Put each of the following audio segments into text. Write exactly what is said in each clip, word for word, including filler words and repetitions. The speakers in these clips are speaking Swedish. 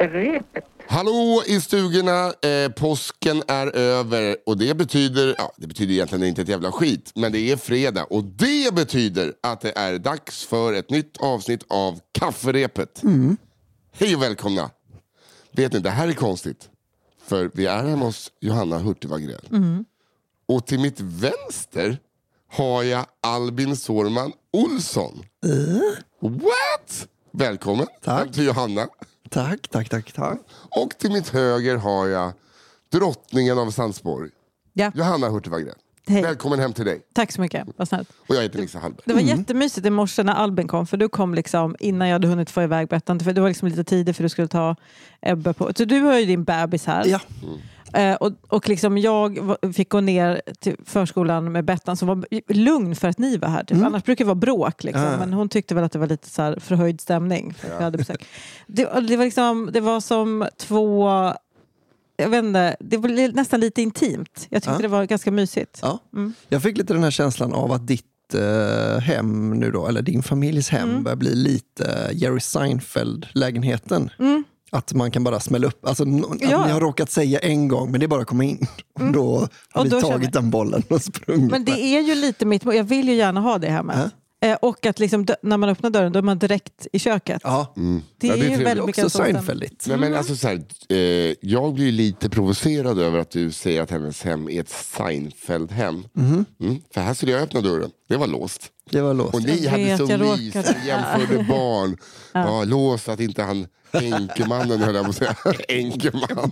kafferepet. Hallå i stugorna, eh, påsken är över och det betyder, ja det betyder egentligen inte ett jävla skit, men det är fredag och det betyder att det är dags för ett nytt avsnitt av Kafferepet. Mm. Hej och välkomna. Vet ni, det här är konstigt, för vi är hemma hos Johanna Hurtig Wagrell. Mm. Och till mitt vänster har jag Albin Sårman Olsson. Uh. What? Välkommen. Tack. Till Johanna. Tack, tack, tack, tack. Och till mitt höger har jag drottningen av Sandsborg. Ja. Johanna Hurtig Wagrell. Hej. Välkommen hem till dig. Tack så mycket, vad snällt. Och jag heter Nisse Hallberg. Det var mm. jättemysigt i morse när Albin kom, för du kom liksom innan jag hade hunnit få iväg Bettan, för det var liksom lite tidigt för du skulle ta Ebbe på. Så du har ju din bebis här. Ja. Mm. Uh, och, och liksom jag fick gå ner till förskolan med Bettan som var lugn för att ni var här. Typ. Mm. Annars brukar det vara bråk. Liksom. Uh. Men hon tyckte väl att det var lite så här förhöjd stämning. För ja. vi hade besök. Det, det, var liksom, det var som två... Jag vet inte, det var nästan lite intimt. Jag tyckte uh. det var ganska mysigt. Ja. Mm. Jag fick lite den här känslan av att ditt eh, hem nu då, eller din familjs hem mm. börjar bli lite Jerry Seinfeld-lägenheten. Mm. Att man kan bara smälla upp. Alltså, ja. Ni har råkat säga en gång, men det är bara att komma in. Och mm. då har vi tagit den bollen och sprungit. Men det är ju lite mitt... Jag vill ju gärna ha det hemma. Äh? Eh, och att liksom, när man öppnar dörren, då är man direkt i köket. Ja. Mm. Det är, ja, det är ju väldigt mycket också Seinfeldigt. Mm. Men alltså, så här, eh, jag blir ju lite provocerad över att du säger att hennes hem är ett Seinfeld-hem. Mm. Mm. För här skulle jag öppna dörren. Det var låst. Det var låst. Och ni jag hade vet, så jag mys, jämförde barn. Ja. Ja, låst att inte han enkemannen höll jag på att säga. Enkeman.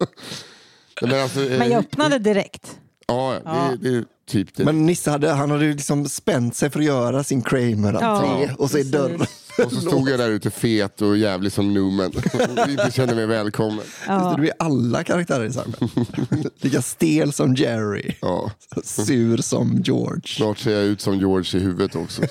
Men, alltså, eh, Men jag öppnade direkt. Ja, ja. Det, det är typ det. Men Nisse hade, han hade liksom spänt sig för att göra sin Kramer entré ja, och så är dörren. Och så stod jag där ute fet och jävlig som Newman. Och inte kände mig välkommen. Ja. Du är alla karaktärer i samma. Lika stel som Jerry. Ja. Sur som George. Snart ser jag ut som George i huvudet också.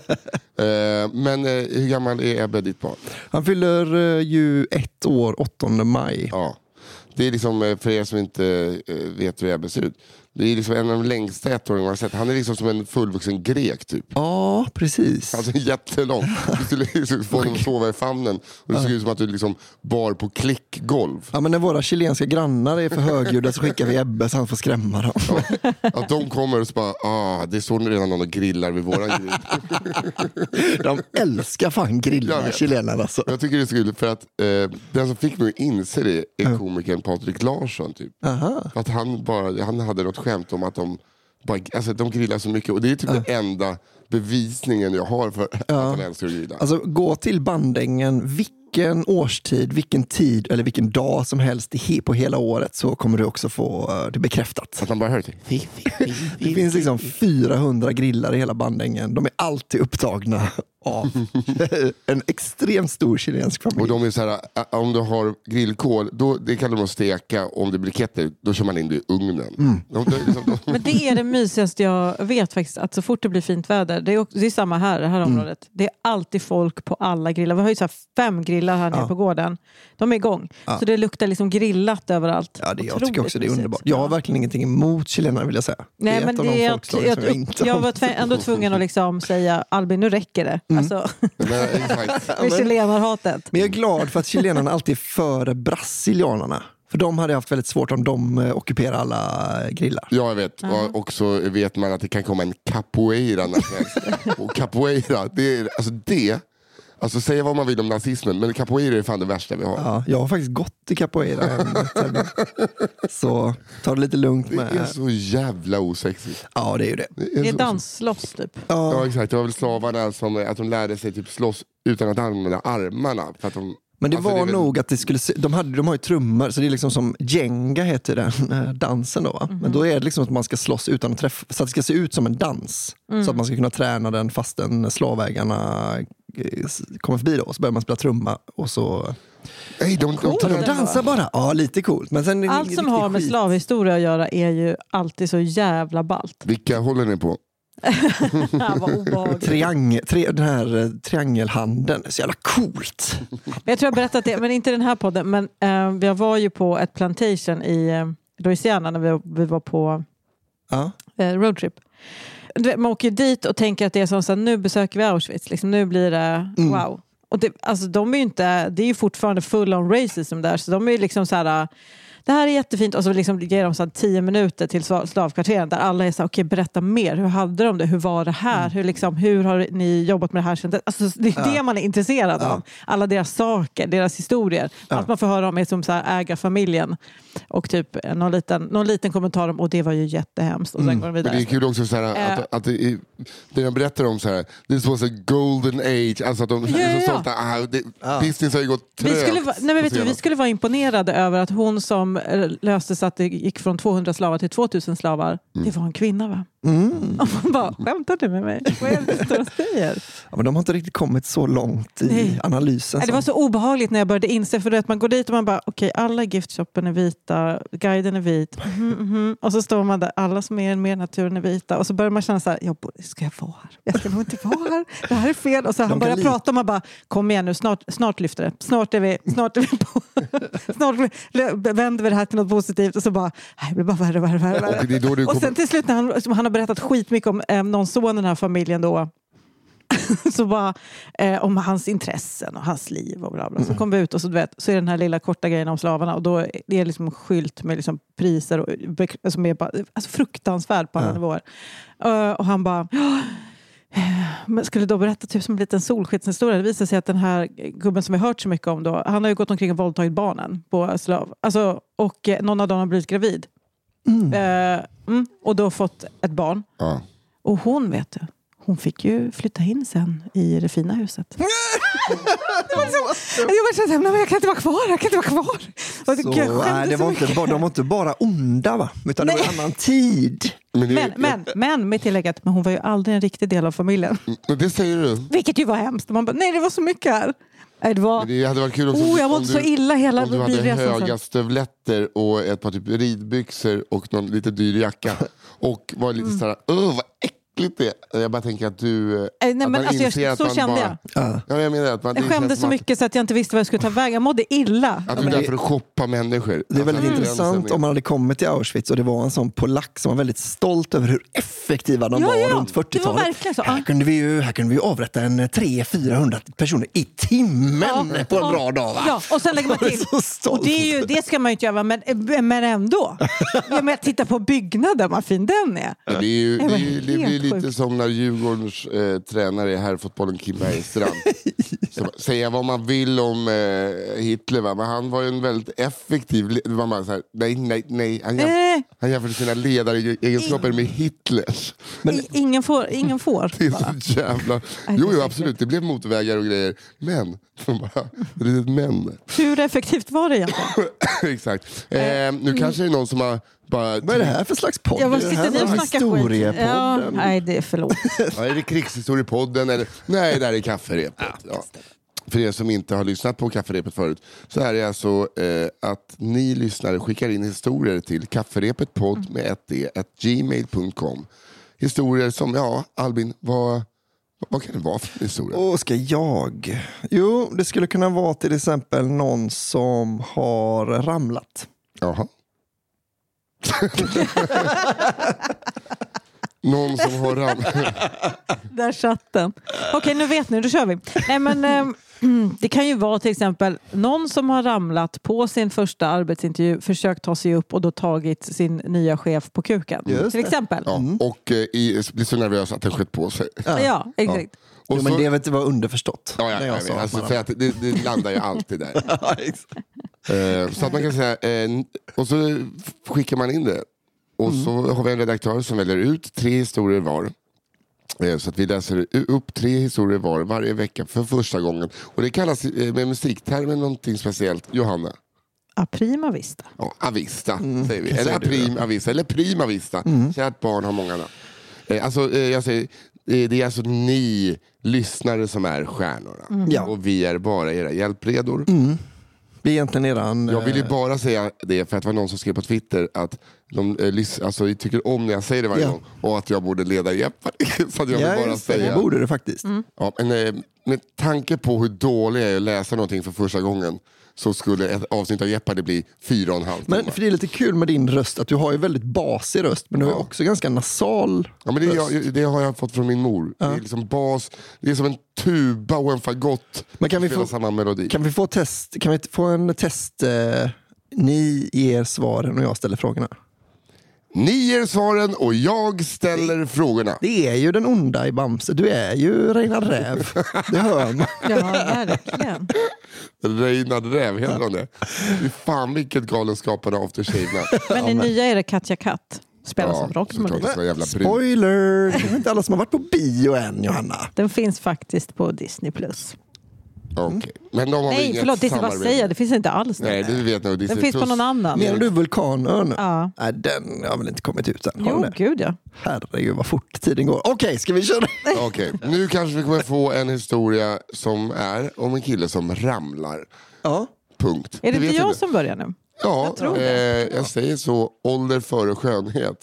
eh, men eh, hur gammal är Ebbe, ditt barn? Han fyller eh, ju ett år, åttonde maj. Ja. Det är liksom, för er som inte eh, vet hur Ebbe ser ut. Det är liksom en av de längsta ettåringar jag har sett. Han är liksom som en fullvuxen grek typ. Ja, precis. Alltså jättelång. Du skulle liksom få honom att sova i famnen. Och det ser ut som att du liksom bar på klickgolv. Ja, men när våra chilenska grannar är för högljudda så skickar vi Ebbe så han får skrämma dem. Ja. Att de kommer och så bara, ah, det står redan någon och grillar vid våran grill. De älskar fan grillar, chilenarna alltså. Jag tycker det är så kul för att eh, den som fick mig att inse det är komikern Patrik Larsson typ. Aha. Att han bara, han hade något skämt om att de bara, alltså de grillar så mycket och det är typ uh. den enda bevisningen jag har för att uh. han älskar att grilla. Alltså gå till Bandängen vilken årstid, vilken tid eller vilken dag som helst på hela året så kommer du också få det bekräftat. Att man bara hör det. Det finns liksom fyrahundra grillar i hela Bandängen. De är alltid upptagna av en extremt stor chilensk familj. Och de är så här, om du har grillkol, då, det kallar de att steka. Om det blir briketter, då kör man in det i ugnen. Mm. De, de, liksom, de... Men det är det mysigaste jag vet faktiskt, att så fort det blir fint väder, det är, också, det är samma här, det här området. Mm. Det är alltid folk på alla grillar. Vi har ju så här fem grillar här nere ja. på gården. De är igång. Ja. Så det luktar liksom grillat överallt. Ja, det, jag tycker också det är underbart. Jag har verkligen ingenting emot chilenare vill jag säga. Nej, det är men ett av det de är folkslag jag, som jag inte jag var tv- ändå tvungen att liksom säga, Albin, nu räcker det. Mm. Alltså, med chilenarhatet. Men jag är glad för att chilenarna alltid är före brasilianerna. För de hade haft väldigt svårt om de eh, ockuperar alla grillar. Ja, jag vet. Uh-huh. Och så vet man att det kan komma en capoeira när som helst. Och capoeira, det är, alltså det... Alltså säga vad man vill om nazismen, men capoeira är fan det värsta vi har. Ja, jag har faktiskt gått i capoeira. Så ta det lite lugnt med. Det är så jävla osexigt. Ja, det är ju det. Det är, det är dansslåss typ. Ja. ja, exakt. Det var väl slavarna som att de lärde sig typ slåss utan att använda armarna. För att de... Men det alltså, var det väl... nog att det skulle se, de, hade, de har ju trummor så det är liksom som Jenga heter den äh, dansen då. Mm-hmm. Men då är det liksom att man ska slåss utan att träffa, så att det ska se ut som en dans. Mm. Så att man ska kunna träna den fastän slavägarna kommer förbi då. Så börjar man spela trumma och så... Nej, de, de, de, de dansar bara. Ja, lite coolt. Men sen allt som har med skit. Slavhistoria att göra är ju alltid så jävla ballt. Vilka håller ni på? Triangel, tri, den här triangelhandeln är så jävla coolt. Jag tror jag berättat det, men inte i den här podden. Men eh, vi var ju på ett plantation i eh, Louisiana när vi, vi var på ja. eh, roadtrip. Man åker dit och tänker att det är som så här, nu besöker vi Auschwitz. Liksom, nu blir det mm. wow. Och det, alltså, de är ju inte, det är ju fortfarande full on racism där. Så de är ju liksom så här... Det här är jättefint. Och så liksom ger de så här tio minuter till slavkvarteren där alla är så här, okej, okay, berätta mer. Hur hade de det? Hur var det här? Mm. Hur, liksom, hur har ni jobbat med det här? Alltså, det är ja. det man är intresserad ja. av. Alla deras saker, deras historier. Ja. Allt man får höra om är som så här, äga familjen. Och typ någon liten, någon liten kommentar om, och det var ju jättehemskt. Och sen mm. går de vidare. Men det är kul också så här, att, äh, att det, det jag berättar om så här, this was a golden age. Alltså att de ja, är så ja. stolta. Ah, det, ja. Business har ju gått trögt. Vi skulle, va, nej, men vet du, vi skulle vara imponerade över att hon som löste så att det gick från tvåhundra slavar till tvåtusen slavar, mm. det var en kvinna, va? Mm. Och man bara, skämtar du med mig? Vad är det de säger? Ja, men de har inte riktigt kommit så långt i Nej. analysen. Nej, det var så obehagligt när jag började inse, för att man går dit och man bara, okej, okay, alla giftshoppen är vita, guiden är vit, mm, mm, och så står man där, alla som är mer naturen är vita, och så börjar man känna så här, jag borde, ska jag vara här? Jag ska nog inte vara här. Det här är fel. Och så han börjar prata och man bara, kom igen nu, snart, snart lyfter det. Snart är vi, snart är vi på. Snart vänder vi det här till något positivt, och så bara, det blir bara värre, värre, värre. värre. Och, det är då du och sen till slut när han, han har berättat skitmycket om eh, någon son i den här familjen då, så bara eh, om hans intressen och hans liv och bla bla. Så kom vi ut och så, du vet, så är den här lilla korta grejen om slavarna, och då är det liksom en skylt med liksom priser och, som är bara, alltså fruktansvärd på alla ja. nivåer. Uh, och han bara, men skulle då berätta typ som en liten solskenshistoria. Det visar sig att den här gubben som vi hört så mycket om då, han har ju gått omkring och våldtagit barnen på slav. Alltså, och eh, någon av dem har blivit gravid. Mm. Uh, mm, och då fått ett barn. Ja. Och hon, vet du, hon fick ju flytta in sen i det fina huset. det var så, jag bara kände, jag kan inte vara kvar, jag kan inte vara kvar. Och det, så, nej, det var inte bara, de var inte bara onda, va? Utan nej. det var en annan tid. Men, det, men, men, men med tillägget, men hon var ju aldrig en riktig del av familjen. Det säger du. Vilket ju var hemskt. Man bara, nej, det var så mycket här. Det, var... det hade varit kul också, oh, jag var inte så illa hela om du hade höga stövletter och ett par typ ridbyxor och någon lite dyr jacka. Och var lite mm. såhär, öh vad äckligt det. Jag bara tänker att du... Äh, nej, men alltså, jag, så kände bara, jag. Ja, jag menar att man, jag skämde så mycket att, så att jag inte visste vad jag skulle ta väg. Jag mådde illa. Att du är där för att shoppa människor. Det är väldigt alltså, intressant om man hade kommit till Auschwitz och det var en sån polack som var väldigt stolt över hur effektiva de ja, var ja, runt fyrtiotalet. Så, här, kunde vi ju, här kunde vi avrätta en tre till fyrahundra personer i timmen ja, på en ja, bra dag. Va? Ja, och sen lägger man till. Och det, är ju, det ska man ju inte göra, men, men ändå. Jag menar, titta på byggnaden, vad fin den är. Ja, det, är ju, det, är ju, det blir lite sjukt. Som när Djurgårdens eh, tränare i herrfotbollen Kim Bergstrand säger vad man vill om eh, Hitler, va? Men han var ju en väldigt effektiv man bara så här, nej, nej, nej han, jämf- äh. han jämför sina ledaregenskaper med Hitlers. Men ingen får, ingen får det är så jävla jo, jo absolut, det blev motvägar och grejer, men bara, det är ett men. Hur effektivt var det egentligen? Exakt. Eh, nu kanske det är någon som har bara... Vad är det här för slags podd? Jag var sitter ni och snackar skit. Ja, nej, det är förlåt. Ja, är det krigshistoriepodden eller... Nej, det här är kafferepet. Ja. För er som inte har lyssnat på kafferepet förut, så är det alltså eh, att ni lyssnare skickar in historier till kafferepetpodd med ett d at gmail punkt com. Historier som, ja, Albin, vad... Vad kan det vara för historia? Åh, ska jag? Jo, det skulle kunna vara till exempel någon som har ramlat. Jaha. Någon som har ramlat. Där satt den. Okej, nu vet ni, då kör vi. Nej, men eh, det kan ju vara till exempel någon som har ramlat på sin första arbetsintervju, försökt ta sig upp och då tagit sin nya chef på kuken. Just till exempel. Ja, och eh, i, blir så nervös att den skött på sig. Ja, ja exakt. Ja. Och jo, så, men det vet du var underförstått. Ja, ja, ja, ja, alltså, för att det, det landar ju alltid där. Ja, uh, så att man kan säga, uh, och så skickar man in det. Och mm. så har vi en redaktör som väljer ut tre historier var. Uh, så att vi läser upp tre historier var varje vecka för första gången. Och det kallas uh, med musiktermen någonting speciellt. Johanna? A prima vista. Ja, avista mm. säger vi. Eller a prima vista. Eller prima vista. Mm. Kärt barn har många namn. Uh, alltså, uh, jag säger... Det är alltså ni lyssnare som är stjärnorna. Mm. Ja. Och vi är bara era hjälpredor. Mm. Vi är egentligen eran... Jag vill ju bara säga det för att det var någon som skrev på Twitter att de eh, lys- alltså, tycker om när jag säger det varje Ja. gång. Och att jag borde leda Jeopardy. Så att jag Ja, vill bara just det, säga. det borde du faktiskt. Mm. Ja, men, eh, med tanke på hur dålig jag är att läsa någonting för första gången så skulle ett avsnitt av Jeopardy bli fyra och en halv timme. Men för det är lite kul med din röst att du har ju väldigt basig röst men du har ju också ganska nasal Ja, men det, röst. jag, det har jag fått från min mor. Det är liksom bas, det är som en tuba och en fagott. Men kan vi spelar få- samma melodi. Kan vi få test? Kan vi få en test? Eh, ni ger svaren och jag ställer frågorna. Ni ger svaren och jag ställer frågorna. Det är ju den onda i Bamse. Du är ju Reinar Räv. Det hör man. Ja, verkligen. Reinhard Räv, heter hon det? Fy fan vilket galenskapen av After Shave. Men i nya är det Katja Katt. Spelar som rock som såklart, det ska vara jävla brun. Spoiler! Det är inte alla som har varit på bio än, Johanna. Den finns faktiskt på Disney plus. Okej. Men de har Nej, inget förlåt, det är vad samarbete. säger jag. Det finns inte alls. Nej, där. det vet nog. Den finns på någon annan. Menar du Vulkanön? Ja. Nej, den har väl inte kommit ut än? Har Jo, den det? gud ja. Herregud vad fort tiden går. Okej, ska vi köra? Okej, nu kanske vi kommer få en historia som är om en kille som ramlar. Ja. Punkt. Är det vet inte jag du. som börjar nu? Ja, Jag tror eh, det. jag säger så. Ålder före skönhet.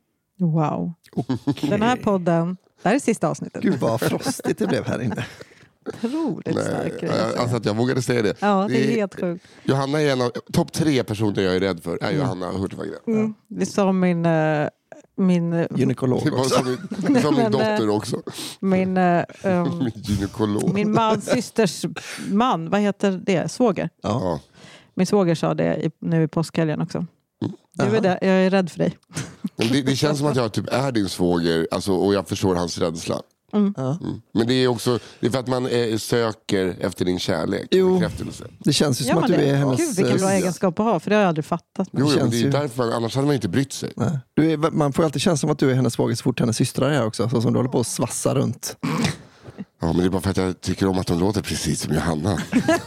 Wow. Den här podden, det här är sista avsnittet. Gud vad frostigt det blev här inne. Otroligt Nej, stark grej. eh, alltså att jag vågade säga det. Ja, det är helt sjukt. Johanna är en av topp tre personer jag är rädd för. Är Johanna Hurtigvagnen. Mm. Det är som min, eh, min, Gynekolog Det var också. som min, som min Men, eh, dotter också. min, eh, um, Min gynekolog. min mans systers man, vad heter det? Svåger. Ja. Min svåger sa det i, nu i påskhelgen också. Du är Jaha. där, jag är rädd för dig. Men det, det känns som att jag typ är din svåger alltså, och jag förstår hans rädsla. Mm. Ja. Mm. Men det är också det är för att man eh, söker efter din kärlek. Jo. Bekräftelse. Det känns ju som Gör att man du är det? hennes... Gud, vilken bra eh, egenskap att ha, för det har jag aldrig fattat. Jo, jo, men känns det är ju ju- därför man, annars hade man inte brytt sig. Nej. Du är, man får ju alltid känna som att du är hennes svåger så fort hennes systrar är här också. Så som du håller på att svassa runt. Ja, men det är bara för att jag tycker om att de låter precis som Johanna.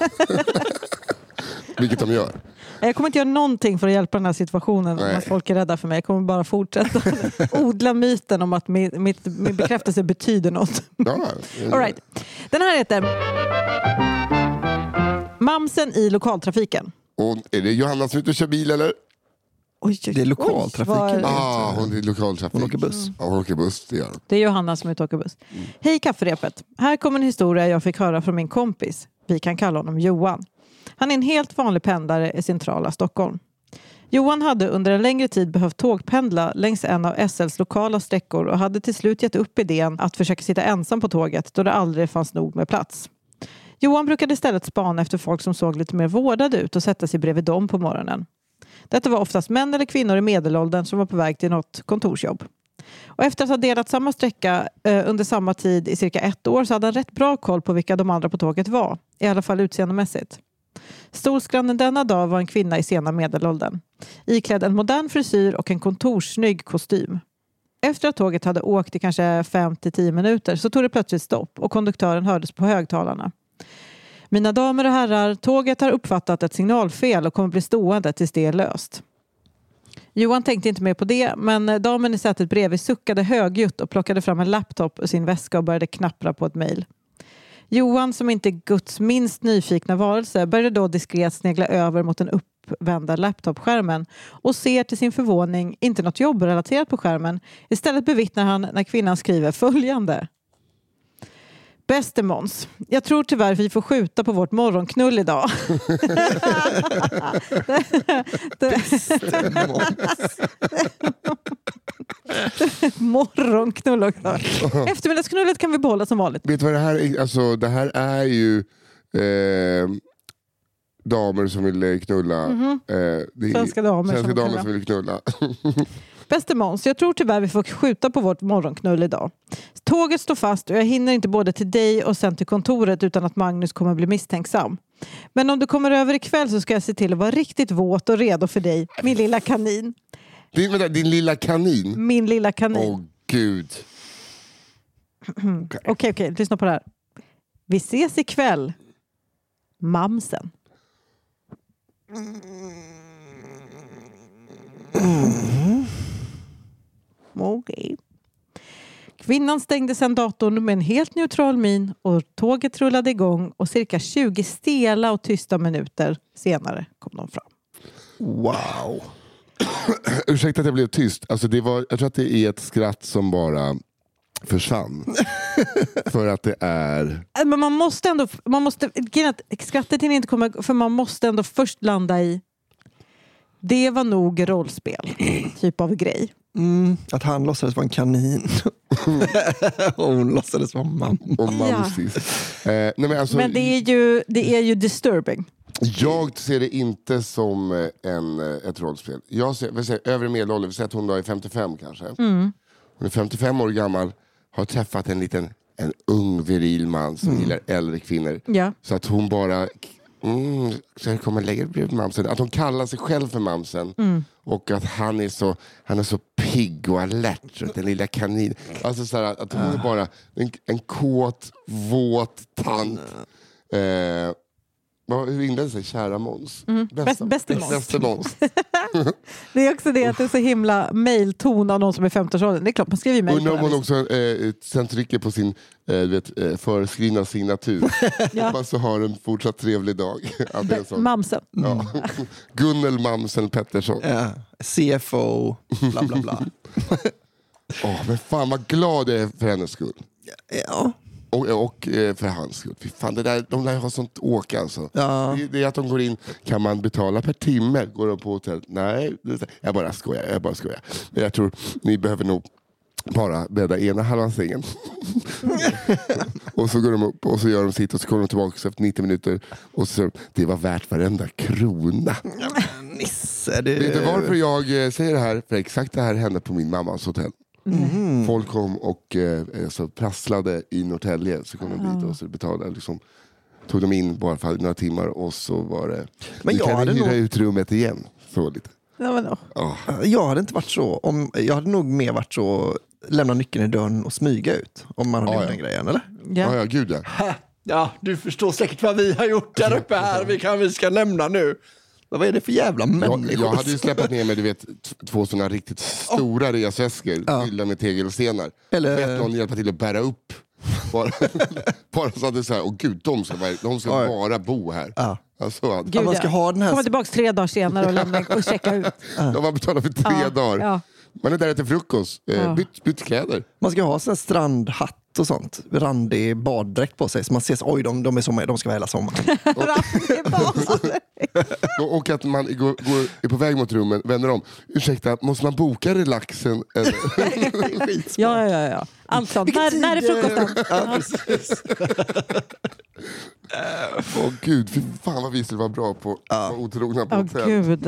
Vilket de gör. Jag kommer inte göra någonting för att hjälpa den här situationen Nej. om att folk är rädda för mig. Jag kommer bara fortsätta odla myten om att min, mitt, min bekräftelse betyder något. Ja, All right. Den här heter Mamsen i lokaltrafiken. och är det Johanna som är ute och kör bil eller? Oj, oj, Det är lokaltrafiken. oj, vad- Ah, hon är lokaltrafik. Hon åker buss. Ja, hon åker buss, det gör hon. Det är Johanna som är ute och åker buss. Hej kafferepet. Här kommer en historia jag fick höra från min kompis. Vi kan kalla honom Johan. Han är en helt vanlig pendlare i centrala Stockholm. Johan hade under en längre tid behövt tågpendla längs en av S L:s lokala sträckor och hade till slut gett upp idén att försöka sitta ensam på tåget då det aldrig fanns nog med plats. Johan brukade istället spana efter folk som såg lite mer vårdade ut och sätta sig bredvid dem på morgonen. Detta var oftast män eller kvinnor i medelåldern som var på väg till något kontorsjobb. Och efter att ha delat samma sträcka eh, under samma tid i cirka ett år så hade han rätt bra koll på vilka de andra på tåget var, i alla fall utseendemässigt. Stolsgrannen denna dag var en kvinna i sena medelåldern, iklädd en modern frisyr och en kontorssnygg kostym. Efter att tåget hade åkt i kanske fem till tio minuter så tog det plötsligt stopp och konduktören hördes på högtalarna. Mina damer och herrar, tåget har uppfattat ett signalfel och kommer bli stående tills det är löst. Johan tänkte inte mer på det, men damen i sätet bredvid suckade högljutt och plockade fram en laptop ur sin väska och började knappra på ett mejl. Johan, som inte är Guds minst nyfikna varelse, började då diskret snegla över mot den uppvända laptopskärmen och ser till sin förvåning inte något jobbrelaterat på skärmen. Istället bevittnar han när kvinnan skriver följande. Bäste Måns, jag tror tyvärr vi får skjuta på vårt morgonknull idag. Morgonknull också. Eftermiddagsknullet kan vi behålla som vanligt. Vet du vad det här är? Alltså, det här är ju eh, damer som vill knulla. Mhm. Eh, det är Svenska damer svenska som damer knullar. som vill knulla. Bäste Måns, jag tror tyvärr vi får skjuta på vårt morgonknull idag. Tåget står fast och jag hinner inte både till dig och sen till kontoret utan att Magnus kommer bli misstänksam. Men om du kommer över ikväll så ska jag se till att vara riktigt våt och redo för dig, min lilla kanin. Din, vänta, din lilla kanin? Min lilla Åh kanin. gud. Okej, okej, lyssna på det här. Vi ses ikväll. Mamsen. Okej. Kvinnan stängde sedan datorn med en helt neutral min och tåget rullade igång och cirka tjugo stela och tysta minuter senare kom de fram. Wow. Ursäkta att jag blev tyst. Alltså det var, jag tror att det är ett skratt som bara försvann. För att det är... Men man måste ändå... Man måste, skrattet hinner inte komma... För man måste ändå först landa i... Det var nog rollspel. Typ av grej. Mm, att han låtsades vara en kanin. Och hon låtsades vara mamma. Och mamsis. Ja. Eh, nej men, alltså, men det är ju, det är ju disturbing. Jag ser det inte som en, ett rollspel. Jag ser, vill säga, övre medelålder, vi säger att hon då är femtiofem kanske. Mm. Hon är femtiofem år gammal, har träffat en liten en ung viril man som mm. gillar äldre kvinnor. Ja. Så att hon bara... Mm, så jag kommer lägga bredvid mamsen. Att hon kallar sig själv för mamsen. Mm. Och att han är så, han är så pigg och alert. Den lilla kanin. Alltså så här, att hon är bara en, en kåt, våt tant. Eh, hur inledde sig? Kära Måns. Mm. Bästa, Bäste Måns. Bäste Måns. Det är också det att det är så himla mailton av någon som är femton-årsåldern. Det är klart, man skriver ju mail. Undrar om hon också eh, sen trycker på sin eh, vet, eh, föreskrivna signatur. Ja. Hoppas du har en fortsatt trevlig dag. Mamsen. Ja. Gunnel Mamsen Pettersson. Ja. C F O, bla bla bla. oh, men fan vad glad jag är för hennes skull. Ja. Och, och för hans skull. Fy fan, det där, de där har sånt åk alltså. Ja. Det, det är att de går in, kan man betala per timme? Går de på hotell? Nej, jag bara skojar, jag bara skojar. Men jag tror, ni behöver nog bara bädda ena halvan sängen. Och så går de upp och så gör de sitt och så kommer de tillbaka efter nittio minuter och så, det var värt varenda krona. Nisse, det... Vet du varför jag säger det här? För exakt det här hände på min mammas hotell. Mm. Folk kom och eh, så prasslade i Norrtälje, så kom de dit och så betalade liksom, tog de in bara för några timmar och så var det, men jag kan hyra nog... ut rummet igen så lite. Ja, men oh. Jag hade inte varit så om, jag hade nog mer varit så lämna nyckeln i dörren och smyga ut om man hade ah, gjort ja. den grejen, eller? Ja, ah, ja, gud ja. Ja, du förstår säkert vad vi har gjort där uppe här, vi, kan, vi ska nämna nu. Vad är det för jävla människor? Jag, jag hade ju släppt ner med du vet, två sådana riktigt stora oh. resväskor ja. fyllda med tegelstenar. Eller... Bett någon hjälpa till att bära upp. Bara, bara så att det är så här, åh gud, de ska, bara, de ska bara bo här. Ja. Alltså, att... Gud, man ska ha den här... komma tillbaka tre dagar senare och, lämna, och checka ut. Ja. De har betalat för tre ja. dagar. Ja. Man är där till frukost, eh, ja. bytt, bytt kläder. Man ska ha sån strandhatt och sånt. Randig baddräkt på sig. Så man ses, oj de, de, är sommar, de ska vara hela sommaren. och, och att man går, går, är på väg mot rummen, vänder om. Ursäkta, måste man boka relaxen? Eller? ja, ja, ja. Alltså, när, när är frukosten? Ja, precis. Åh oh, gud, fy fan vad vi skulle vara bra på ja. otrogna på oh, hotell. Gud.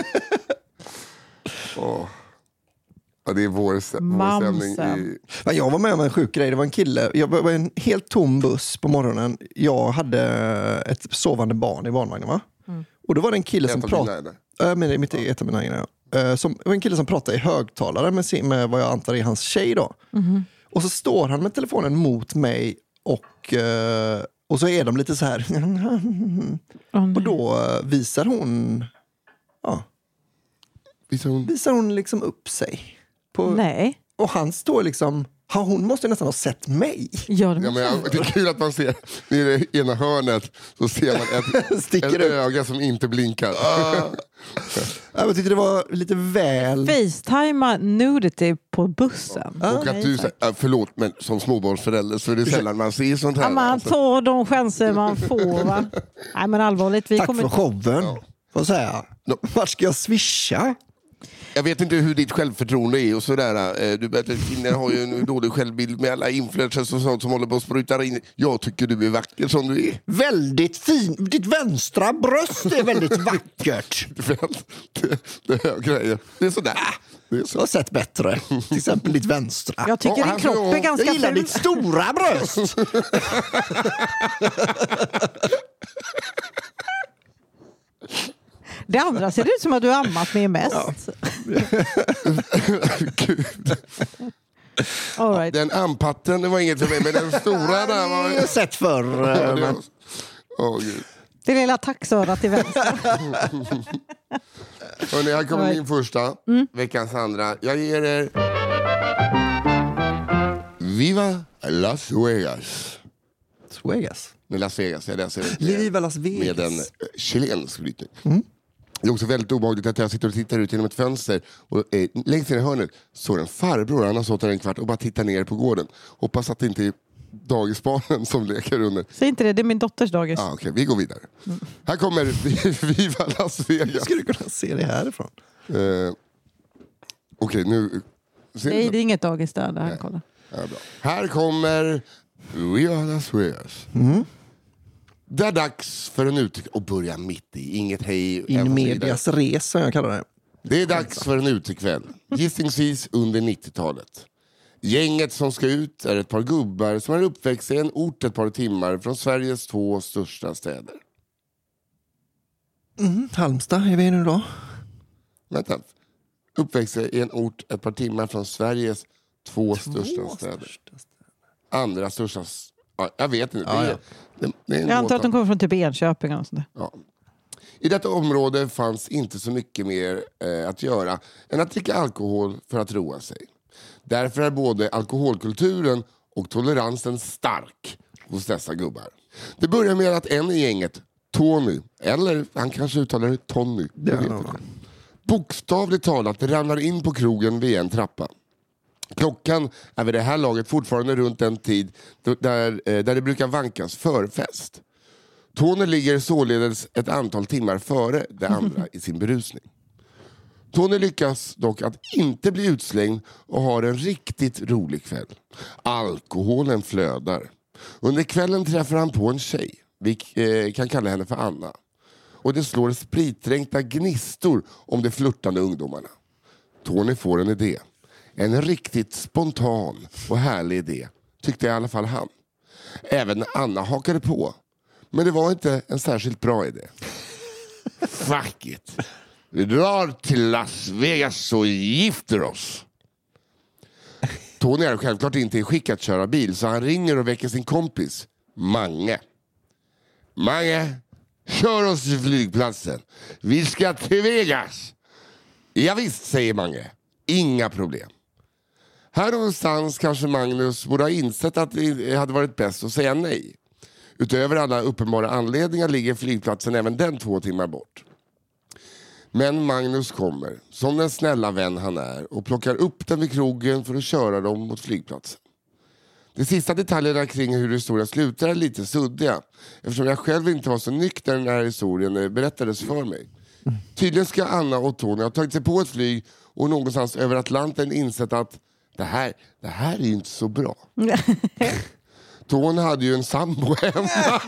oh. Ja, det är vår, vår stämning i... Jag var med om en sjuk grej. Det var en kille. Jag var en helt tom buss på morgonen. Jag hade ett sovande barn i barnvagnen, va? Mm. Och då var det en kille som pratade... Äh, men mitt eget av mina egna, ja. Som, det var en kille som pratade i högtalare med, sin, med vad jag antar är hans tjej då. Mm. Och så står han med telefonen mot mig och, och så är de lite så här. Oh, och då visar hon... Ja. Visar hon, visar hon liksom upp sig. På, nej. Och han står liksom... Ha, hon måste nästan ha sett mig. Ja, det, ja, men jag, det är kul att man ser i det ena hörnet så ser man ett, ett öga som inte blinkar. Uh. Jag tyckte det var lite väl... Facetima nudity på bussen. Uh. Och att du säger, förlåt, men som småbarnsförälder så är det sällan man ser sånt här. Ja, man alltså. tar de chanser man får, va? Nej, men allvarligt. Vi Tack kommer... för showen. Ja. Vad säger jag? No. Vart ska jag swisha? Jag vet inte hur ditt självförtroende är och sådär. Du kvinnor har ju en dålig självbild med alla influencers och sånt som håller på att spruta in. Jag tycker du är vacker som du är. Väldigt fin. Ditt vänstra bröst är väldigt vackert. det, det högra är, det är sådär. Det är så. Jag har sett bättre. Till exempel ditt vänstra. Jag tycker oh, din kropp är ganska Jag gillar ful. Ditt stora bröst. Det andra ser ut som att du har ammat med mest. Ja. Gud. All right. Den ampatten, det var inget för mig, men den stora där var... Jag har sett förr. Ja, men... oh, Gud. Det lilla taxörat till vänster. Hörrni, här kommer right. min första. Mm. Veckans andra. Jag ger er... Viva Las Vegas. Las Vegas? Med Las Vegas, jag läser Viva Las Vegas. Med en chilensk brytning. Mm. Det är också väldigt obehagligt att jag sitter och tittar ut genom ett fönster och eh, längst ner i hörnet står en farbror, han har stått där en kvart och bara tittar ner på gården. Hoppas att det inte är dagisbarnen som leker under. Säg inte det, det är min dotters dagis. Ah, Okej, okay, vi går vidare. Mm. Här kommer Viva Las Vegas. Hur skulle du kunna se det härifrån? Eh, Okej, okay, nu... Nej, det är inget dagis där. där kolla. Ja, bra. Här kommer Viva Las Vegas. Mm. Det är dags för en utekväll och börja mitt i. Inget hej. In medias resa, jag kallar det. Det är dags för en utekväll. Gissningsvis under nittiotalet. Gänget som ska ut är ett par gubbar som är uppväxt i en ort ett par timmar från Sveriges två största städer. Mm, Halmstad är vi nu då. Vänta. Uppväxt i en ort ett par timmar från Sveriges två, två största städer. Största. Andra största... Ja, jag vet inte. Ja, det är, ja. det, det är jag antar att de kommer från typ Enköping och sånt där. Ja. I detta område fanns inte så mycket mer eh, att göra än att dricka alkohol för att roa sig. Därför är både alkoholkulturen och toleransen stark hos dessa gubbar. Det börjar med att en i gänget, Tony, eller han kanske uttalar det Tony, jag vet inte. Bokstavligt talat ramlar in på krogen vid en trappa. Klockan är vid det här laget fortfarande runt den tid där, där det brukar vankas förfest. Tony ligger således ett antal timmar före det andra i sin berusning. Tony lyckas dock att inte bli utslängd och har en riktigt rolig kväll. Alkoholen flödar. Under kvällen träffar han på en tjej. Vi eh, kan kalla henne för Anna. Och det slår spritdränkta gnistor om de flörtande ungdomarna. Tony får en idé. En riktigt spontan och härlig idé, tyckte i alla fall han. Även Anna hakade på. Men det var inte en särskilt bra idé. Fuck it. Vi drar till Las Vegas och gifter oss. Tony är självklart inte i skick att köra bil, så han ringer och väcker sin kompis Mange. Mange, kör oss till flygplatsen. Vi ska till Vegas. Ja, visst, säger Mange. Inga problem. Här någonstans kanske Magnus borde ha insett att det hade varit bäst att säga nej. Utöver alla uppenbara anledningar ligger flygplatsen även den två timmar bort. Men Magnus kommer, som den snälla vän han är, och plockar upp den vid krogen för att köra dem mot flygplatsen. De sista detaljerna kring hur historien slutar är lite suddiga, eftersom jag själv inte var så nykter när den här historien berättades för mig. Tydligen ska Anna och Tony ha tagit sig på ett flyg och någonstans över Atlanten insett att det här, det här är ju inte så bra. Tony hade ju en sambo hemma.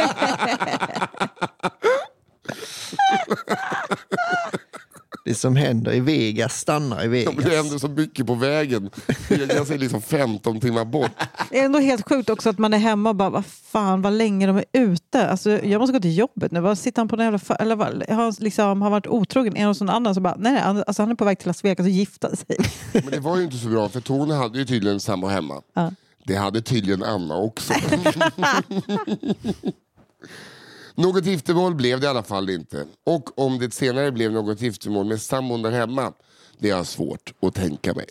Det som händer i Vegas stannar i Vegas. Ja, det händer så mycket på vägen. Vegas är liksom femton timmar bort. Det är ändå helt sjukt också att man är hemma och bara, vad fan, vad länge de är ute. Alltså, jag måste gå till jobbet nu. Vad sitter han på den jävla... Eller vad, har, liksom, har varit otrogen en och sån annan så bara, nej, nej alltså, han är på väg till Las Vegas och gifta sig. Men det var ju inte så bra, för Tony hade ju tydligen samma hemma. Ja. Det hade tydligen Anna också. Något giftermål blev det i alla fall inte. Och om det senare blev något giftermål med sambon där hemma, det är svårt att tänka mig.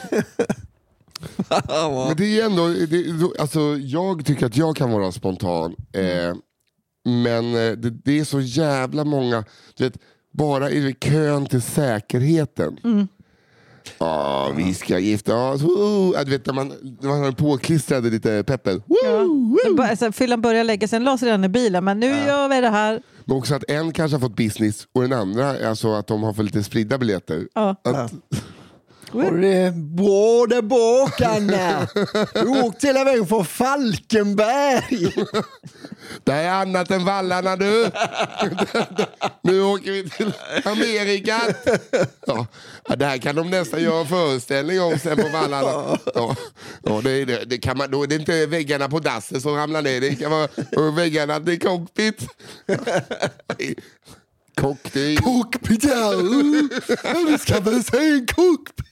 Men det är ändå, det, alltså, jag tycker att jag kan vara spontan. Eh, men det, det är så jävla många, du vet, bara i kön till säkerheten. Mm. Ja, oh, vi ska gifta oss. Du vet, när man, man har påklistrade lite peppen. Ja. Alltså, fyllan börjar lägga sig, la sig redan i bilen. Men nu ja. gör vi det här. Men också att en kanske har fått business och den andra alltså att de har fått lite spridda biljetter. Ja. Att... Och det både båkarna. Åk hela vägen från Falkenberg. Det är annat än vallarna du. Nu åker vi till Amerika. Ja, det här kan de nästan göra en föreställning om sen på vallarna. Ja, ja, det, det, det kan man, då är det inte väggarna på dassen som ramlar ner. Det kan vara väggarna till cockpit. Cockpit. Cockpit, ja. Du ska väl säga en cockpit.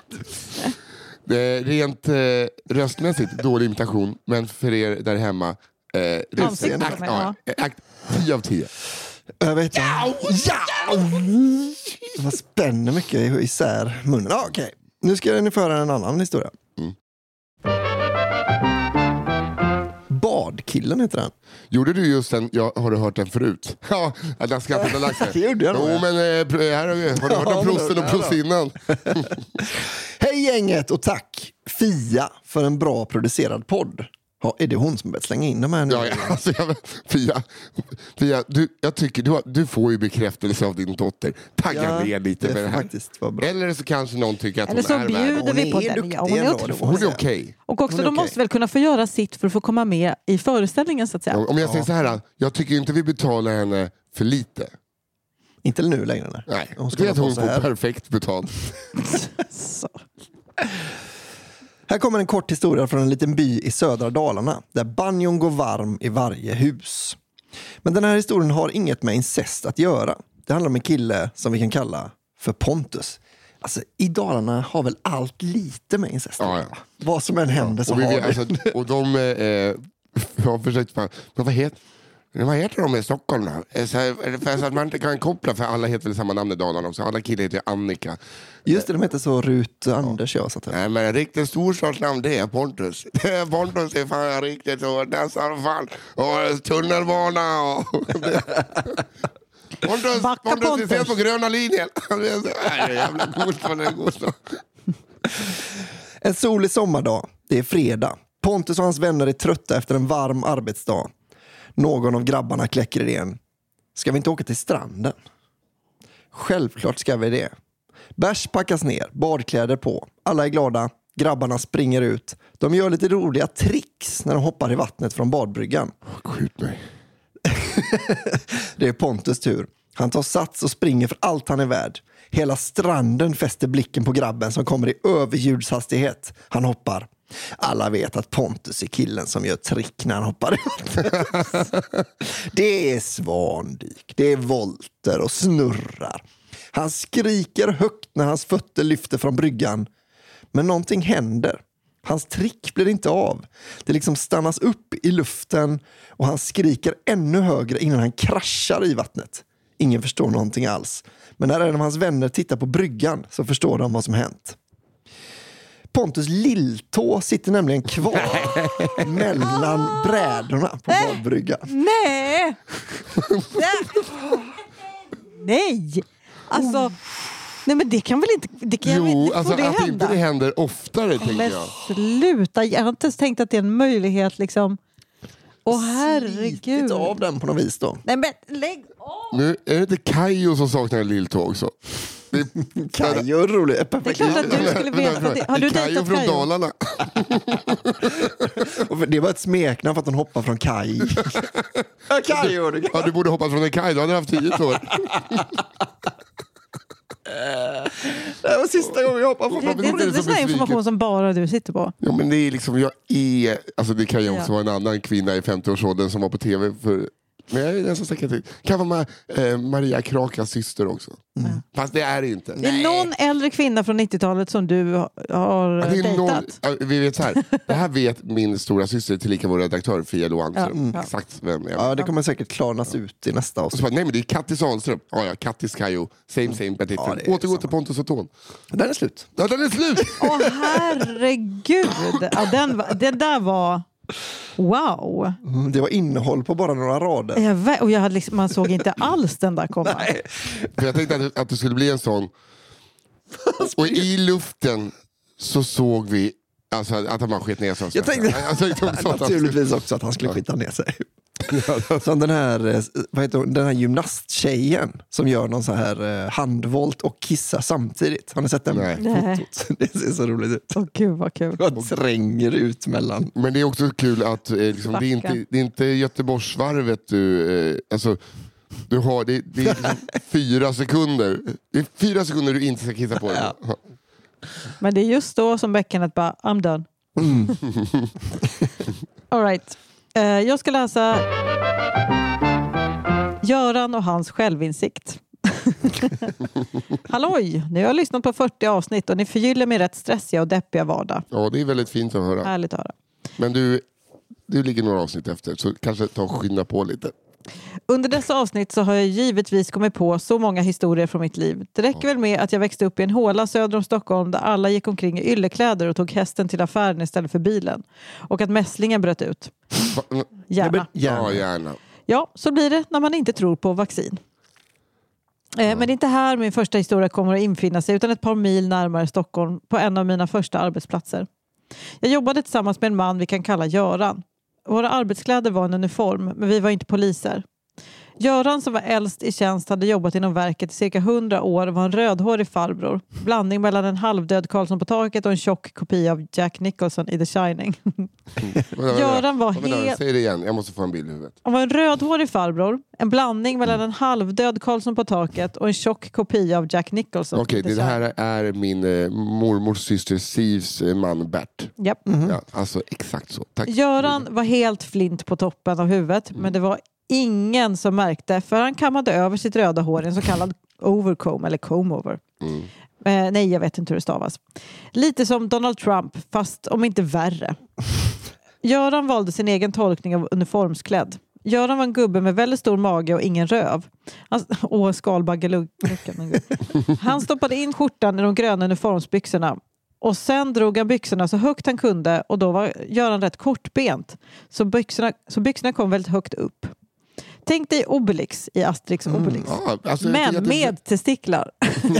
Det rent eh, röstmässigt dålig imitation, men för er där hemma eh, Ansikten, akt, ja, akt tio av tio. Jag vet inte. Ja, ja. Vad spänner mycket isär munnen. Ah, okej. Okay. Nu ska ni föra en annan historia. Mm. Badkillen heter den. Gjorde du just den, ja, har du hört den förut? Ja, jag ska inte lägga sig. Det gjorde jag nog. Jo, men eh, här har vi, har du hört om prosten och prosinnan? Hej gänget och tack Fia för en bra producerad podd. Ja, är det hon som börjat slänga in de här nu? Ja, ja, alltså, jag, Fia, Fia du, jag tycker du, har, du får ju bekräftelse av din dotter. Tagga Ja, ner lite det med det här. faktiskt var bra. Eller så kanske någon tycker att Eller hon så är värd. bjuder Hon vi på är den. duktig Ja, hon är ändå, otrolig. det får man Hon är säga. okej. Och också, Hon är de okej. måste väl kunna få göra sitt för att få komma med i föreställningen så att säga. Om jag säger så här, jag tycker inte vi betalar henne för lite. Inte nu längre. Nej, Nej, hon ska det är att hålla hon på får så här. perfekt betalt. Så. Här kommer en kort historia från en liten by i södra Dalarna där banjon går varm i varje hus. Men den här historien har inget med incest att göra. Det handlar om en kille som vi kan kalla för Pontus. Alltså, i Dalarna har väl allt lite med incest att Ja, göra. ja. Vad som än händer så Och, vi, har vet- vi. alltså, och de eh, har försökt, men vad heter, vad heter de i Stockholm då? Eh, Så, här, för så att man inte kan koppla, för alla heter väl samma namn i Dalarna också. Alla killar heter ju Annika. Just det, de heter så Rut Anders. Jag satt här. Nej, men riktigt storstadsnamn, det är Pontus. Det är Pontus är fan riktigt så nästan fan. Och tunnelbana och... Pontus, Backa Pontus, vi Pontus. ses på gröna linjen. Det är jävla coolt vad det är coolt. En solig sommardag. Det är fredag. Pontus och hans vänner är trötta efter en varm arbetsdag. Någon av grabbarna kläcker idén. Ska vi inte åka till stranden? Självklart ska vi det. Bärs packas ner, badkläder på. Alla är glada. Grabbarna springer ut. De gör lite roliga tricks när de hoppar i vattnet från badbryggan. Skjut mig. Det är Pontus tur. Han tar sats och springer för allt han är värd. Hela stranden fäster blicken på grabben som kommer i överljudshastighet. Han hoppar. Alla vet att Pontus är killen som gör trick när han hoppar ut. Det är svandyk, det är volter och snurrar. Han skriker högt när hans fötter lyfter från bryggan. Men någonting händer. Hans trick blir inte av. Det liksom stannas upp i luften och han skriker ännu högre innan han kraschar i vattnet. Ingen förstår någonting alls. Men när en av hans vänner tittar på bryggan så förstår de vad som hänt. Pontus lilltå sitter nämligen kvar mellan brädorna på badbryggan. Nej! Nej! Alltså, nej men det kan väl inte, det kan väl Jo, inte, alltså får det att hända? inte det händer oftare, tänker Men jag. sluta, jag har inte ens tänkt att det är en möjlighet liksom. Åh Slitit herregud. av den på något vis då. Nej men lägg av! Nu är det inte Kajo som saknar en lilltå också. Det är Kajo är rolig. Det är klart att du skulle veta det. Har du Kajo dejtat från Kajo? Dalarna. Och det var ett smeknamn för att hon hoppar från kaj. Kajo, du Ja, du borde hoppas från en kaj, då hade du haft tio år. Det var sista gången jag hoppade Det, från det, det, inte det är så sån här besviken. information som bara du sitter på. Ja, men det är liksom, jag är, alltså det kan ju också Ja. vara en annan kvinna i femtioårsåldern som var på tv för, men jag är nästan säker till. Kan vara med, eh, Maria Krakas syster också. Mm. Fast det är det inte. Det är någon äldre kvinna från nittiotalet som du har Ja, det är dejtat. noll, ja, vi vet så här. Det här vet min stora syster, tillika vår redaktör Fia Lohanström. Ja. Exakt vem jag är. Ja, det kommer säkert klarnas ut i nästa Och så avsnitt. bara, nej men det är Kattis Ahlström. Ja, ja, Kattis Kajo. Same same but different. Ja, det är Återgå samma. till Pontus och Tån. Den är slut. Ja, den är slut! Åh herregud. Ja, den, var- det där var wow. Mm, det var innehåll på bara några rader. Jag, vä- och jag hade liksom, man såg inte alls den där komma. För jag tänkte att, att det skulle bli en sån. Och i luften så såg vi alltså, att han sket ner sig. Jag tänkte alltså, jag tänkte också att han- naturligtvis också att han skulle skita ner sig. Som den här, eh, vad heter hon, den här gymnasttjejen som gör någon så här eh, handvolt och kissar samtidigt. Har ni sett den Nej. Nej. fotot? Det ser så roligt ut. Åh gud vad kul. Han tränger ut mellan. Men det är också kul att eh, liksom, det, är inte, det är inte Göteborgsvarvet du... Eh, alltså, du har, det, det är liksom fyra sekunder. Det är fyra sekunder du inte ska kissa på dig. Ja. Men det är just då som bäckenet bara, I'm done. All right. Eh, jag ska läsa Göran och hans självinsikt. Halloj, nu har jag lyssnat på fyrtio avsnitt och ni förgyller min rätt stressiga och deppiga vardag. Ja, det är väldigt fint att höra. Härligt att höra. Men du, du ligger några avsnitt efter, så kanske ta och skynda på lite. Under dessa avsnitt så har jag givetvis kommit på så många historier från mitt liv. Det räcker väl med att jag växte upp i en håla söder om Stockholm där alla gick omkring i yllekläder och tog hästen till affären istället för bilen. Och att mässlingen bröt ut. Gärna. Ja, gärna. Ja, så blir det när man inte tror på vaccin. Eh, men det är inte här min första historia kommer att infinna sig utan ett par mil närmare Stockholm på en av mina första arbetsplatser. Jag jobbade tillsammans med en man vi kan kalla Göran. Våra arbetskläder var en uniform, men vi var inte poliser. Göran som var äldst i tjänst hade jobbat inom verket i cirka hundra år och var en rödhårig farbror. Blandning mellan en halvdöd Karlsson på taket och en tjock kopia av Jack Nicholson i The Shining. Göran var helt... Säg det igen, jag måste få en bild i huvudet. Han var en rödhårig farbror. En blandning mellan en halvdöd Karlsson på taket och en tjock kopia av Jack Nicholson. Okej, okay, det här är min eh, mormors syster Sivs eh, man Bert. Yep. Mm-hmm. Ja, alltså exakt så. Tack. Göran var helt flint på toppen av huvudet, mm. men det var ingen som märkte för han kammade över sitt röda hår i en så kallad overcomb eller comb-over. Mm. Eh, nej, jag vet inte hur det stavas. Lite som Donald Trump, fast om inte värre. Göran valde sin egen tolkning av uniformsklädd. Göran var en gubbe med väldigt stor mage och ingen röv. Han, åh, skalbaggeluckan. Han stoppade in skjortan i de gröna uniformsbyxorna. Och sen drog han byxorna så högt han kunde och då var Göran rätt kortbent. Så byxorna, så byxorna kom väldigt högt upp. Tänk dig Obelix i Asterix mm, Obelix. Ja, alltså, men det... med testiklar.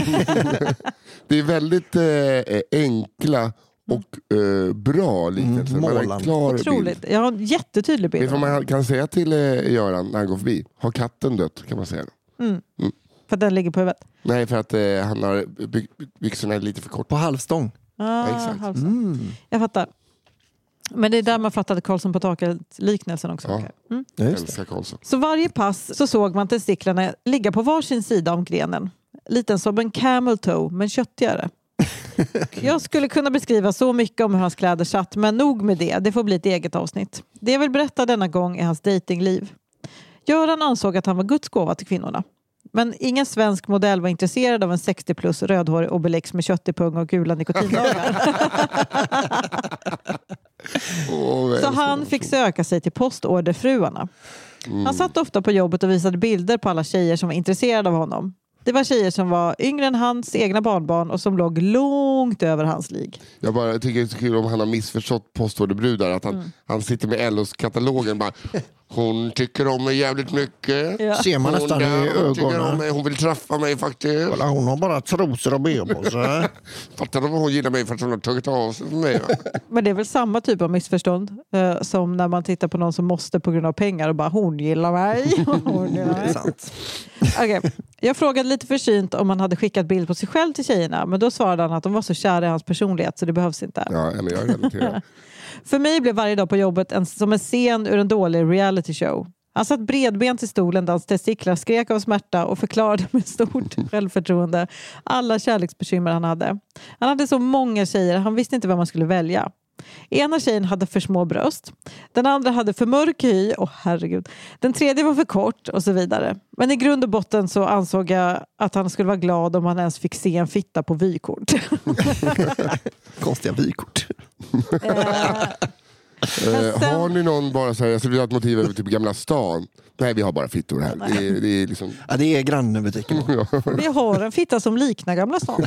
Det är väldigt eh, enkla och eh, bra liknelser. Mm, man har en klar otroligt. bild. Jag har en jättetydlig bild. Vet du vad man kan säga till eh, Göran när han går förbi? Har katten dött, kan man säga. Mm. Mm. För att den ligger på huvudet? Nej, för att eh, han har by- byxorna är lite för kort. På halvstång? Ah, ja, exakt. Halvstång. Mm. Jag fattar. Men det är där man fattade Karlsson på taket liknelsen också. Ja. Mm. Ja, älskar Karlsson. Så varje pass så såg man testiklarna ligga på varsin sida om grenen. Liten som en camel toe, men köttigare. Jag skulle kunna beskriva så mycket om hur hans kläder satt, men nog med det. Det får bli ett eget avsnitt. Det jag vill berätta denna gång är hans datingliv. Göran ansåg att han var Guds gåva till kvinnorna. Men ingen svensk modell var intresserad av en sextio plus rödhårig Obelix med köttig pung och gula nikotindagar. oh, så han fick söka sig till postorderfruarna. Mm. Han satt ofta på jobbet och visade bilder på alla tjejer som var intresserade av honom. Det var tjejer som var yngre än hans egna barnbarn och som låg långt över hans lig. Jag bara tycker det är så kul om han har missförstått postorderbrudar. Att han, mm. han sitter med L O:s katalogen bara... Hon tycker om mig jävligt mycket. Ja. Ser man nästan hon, i ögonen. Om mig. Hon vill träffa mig faktiskt. Kolla, hon har bara trosor och ben på sig. Fattar du vad hon gillar mig för att hon har tagit av sig för mig? Men det är väl samma typ av missförstånd eh, som när man tittar på någon som måste på grund av pengar och bara hon gillar mig. Hon gillar mig. Det är sant. Okay. Jag frågade lite försynt om han hade skickat bild på sig själv till tjejerna. Men då svarade han att de var så kära i hans personlighet så det behövs inte. Ja, men jag relaterar. För mig blev varje dag på jobbet en, som en scen ur en dålig reality show. Han satt bredbent i stolen där hans testiklar skrek av smärta och förklarade med stort självförtroende alla kärleksbekymmer han hade. Han hade så många tjejer, han visste inte vem man skulle välja. Ena tjejen hade för små bröst. Den andra hade för mörk hy. Åh, herregud. Den tredje var för kort och så vidare. Men i grund och botten så ansåg jag att han skulle vara glad om han ens fick se en fitta på vykort. Konstiga vykort. Uh, har ni någon bara så här, jag skulle vilja ha ett motiv över typ Gamla stan. Nej, vi har bara fittor här. Det är, det är liksom... Ja, det är grannbutiken. Vi har en fitta som liknar Gamla stan.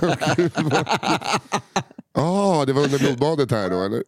Ja, ah, det var under blodbadet här då, eller?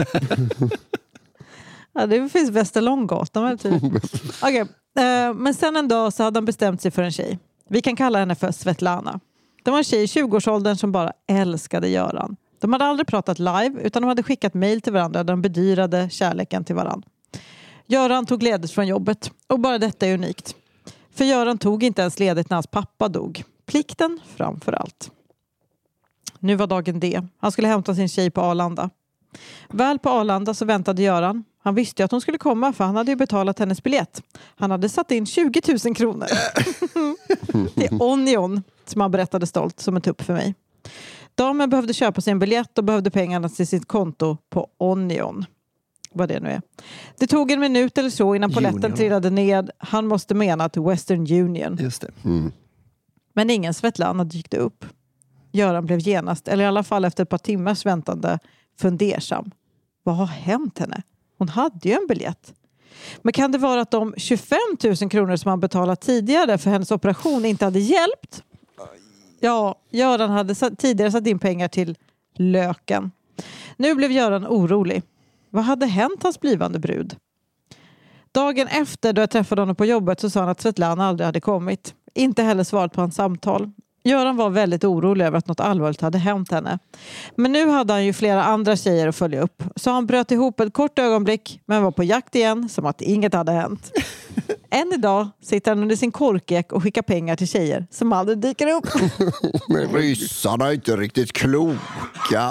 Ja, det finns Västerlånggatan. Typ. Okay. Uh, men sen en dag så hade han bestämt sig för en tjej. Vi kan kalla henne för Svetlana. Det var en tjej i tjugoårsåldern som bara älskade Göran. De hade aldrig pratat live utan de hade skickat mejl till varandra där de bedyrade kärleken till varandra. Göran tog ledigt från jobbet och bara detta är unikt. För Göran tog inte ens ledigt när hans pappa dog. Plikten framför allt. Nu var dagen D. Han skulle hämta sin tjej på Arlanda. Väl på Arlanda så väntade Göran. Han visste ju att hon skulle komma för han hade ju betalat hennes biljett. Han hade satt in tjugo tusen kronor. Det är Onion som han berättade stolt som en tupp för mig. Damen behövde köpa sin biljett och behövde pengarna till sitt konto på Onion. Vad det nu är. Det tog en minut eller så innan polletten trillade ned. Han måste mena till Western Union. Just det. Mm. Men ingen Svetlana dykte upp. Göran blev genast, eller i alla fall efter ett par timmars väntande, fundersam. Vad har hänt henne? Hon hade ju en biljett. Men kan det vara att de tjugofem tusen kronor som han betalat tidigare för hennes operation inte hade hjälpt? Ja, Göran hade tidigare satt in pengar till löken. Nu blev Göran orolig. Vad hade hänt hans blivande brud? Dagen efter då jag träffade honom på jobbet så sa han att Svetlana aldrig hade kommit. Inte heller svarat på hans samtal. Göran var väldigt orolig över att något allvarligt hade hänt henne. Men nu hade han ju flera andra tjejer att följa upp. Så han bröt ihop ett kort ögonblick men var på jakt igen som att inget hade hänt. Än idag sitter han under sin korkek och skickar pengar till tjejer som aldrig dyker upp. Ryssarna är inte riktigt kloka.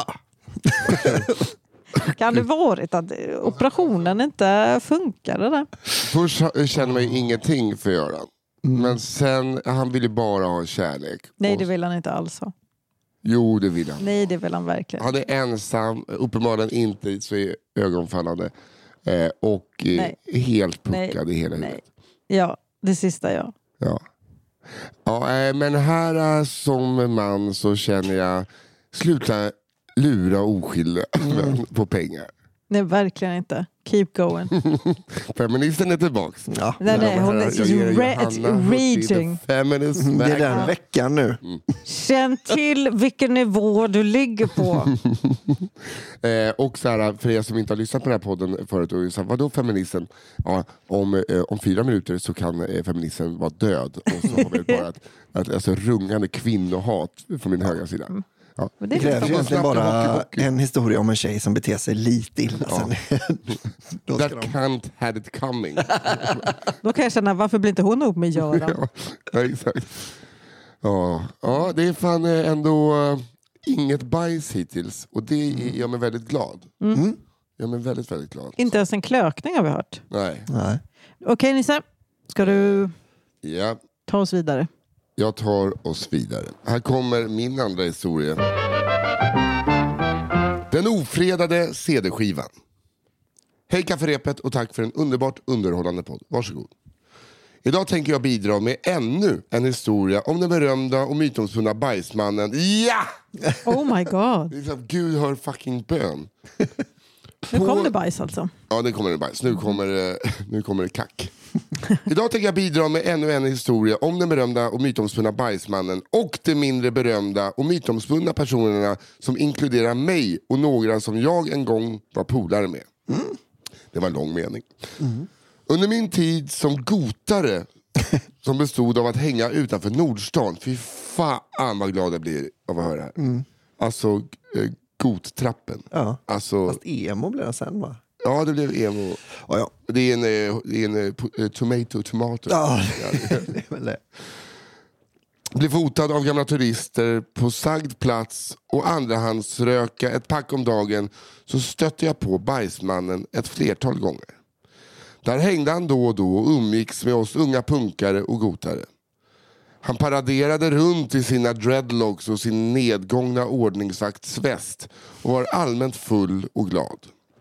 Kan det varit att operationen inte funkade där? Först känner man ju ingenting för Göran. Mm. Men sen, han ville bara ha kärlek. Nej, det vill han inte alls ha. Jo, det vill han. Nej, det vill han verkligen. Han är ensam, uppenbarligen inte så ögonfallande. Eh, och eh, helt puckad i hela huvudet. Ja, det sista ja. Ja, ja eh, men här som man så känner jag, sluta lura oskyldiga mm. på pengar. Nej, verkligen inte. Keep going. Feministen är tillbaks. Ja. Nej, nej, hon är raging. Feminist det är den veckan nu. Mm. Känn till vilken nivå du ligger på. eh, och så här, för er som inte har lyssnat på den här podden förut, och så här, vadå feministen? Ja, om, eh, om fyra minuter så kan eh, feministen vara död. Och så har vi bara ett, ett alltså, rungande kvinnohat från min högra sida. Mm. Ja. Det, det krävs egentligen bara hockey, hockey. en historia om en tjej som beter sig lite illa. Ja. Sen. That de... can't had it coming. Då kan jag känna, varför blir inte hon ihop med Göran? Ja, exakt. Ja, ja, det är fan ändå uh, inget bajs hittills. Och det mm. gör mig väldigt glad. Mm. Gör mig väldigt, väldigt glad. Inte ens en klökning har vi hört. Nej. Nej. Okej, Nisse. Ska du ja. ta oss vidare? Jag tar oss vidare. Här kommer min andra historia. Den ofredade C D-skivan. Hej kafferepet och tack för en underbart underhållande podd. Varsågod. Idag tänker jag bidra med ännu en historia om den berömda och mytomspunna bajsmannen. Ja! Oh my god. Det är som Gud hör fucking bön. Nu kommer det bajs alltså. Ja, nu kommer det bajs. Nu kommer, nu kommer det kack. Idag tänker jag bidra med ännu en historia om den berömda och mytomspunna bajsmannen och de mindre berömda och mytomspunna personerna som inkluderar mig och några som jag en gång var polare med. Mm. Det var en lång mening. Mm. Under min tid som gotare som bestod av att hänga utanför Nordstan, fy fan vad glad jag blir av att höra det här. Mm. Alltså eh, gottrappen. Ja. Alltså, fast emo blev det sen va? Ja, det blev emo. Ja, ja. Det är en, det är en uh, tomato tomato. Ja, det är väl det. Blev fotad av gamla turister på sagd plats och andrahandsröka ett pack om dagen, så stötte jag på bajsmannen ett flertal gånger. Där hängde han då och då och umgicks med oss unga punkare och gotare. Han paraderade runt i sina dreadlocks och sin nedgångna ordningsvaktsväst och var allmänt full och glad.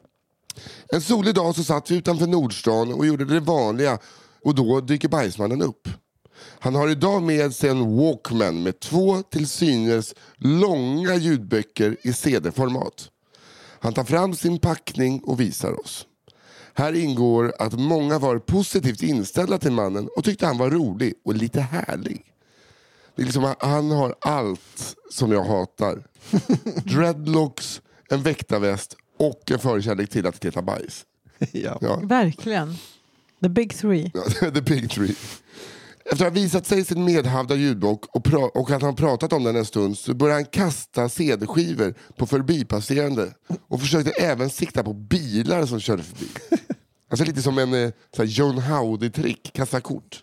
En solig dag så satt vi utanför Nordstan och gjorde det vanliga, och då dyker bajsmannen upp. Han har idag med sig en Walkman med två till synes långa ljudböcker i C D-format. Han tar fram sin packning och visar oss. Här ingår att många var positivt inställda till mannen och tyckte han var rolig och lite härlig. Det är liksom, han har allt som jag hatar. Dreadlocks, en väktarväst och en förkärlek till att leta bajs. Ja. Ja. Verkligen. The big three. Ja, the big three. Efter att ha visat sig sin medhavda ljudbok och, pra- och att han pratat om den en stund, så började han kasta C D-skivor på förbipasserande och försökte även sikta på bilar som körde förbi. Alltså lite som en så här John Howdy-trick, kasta kort.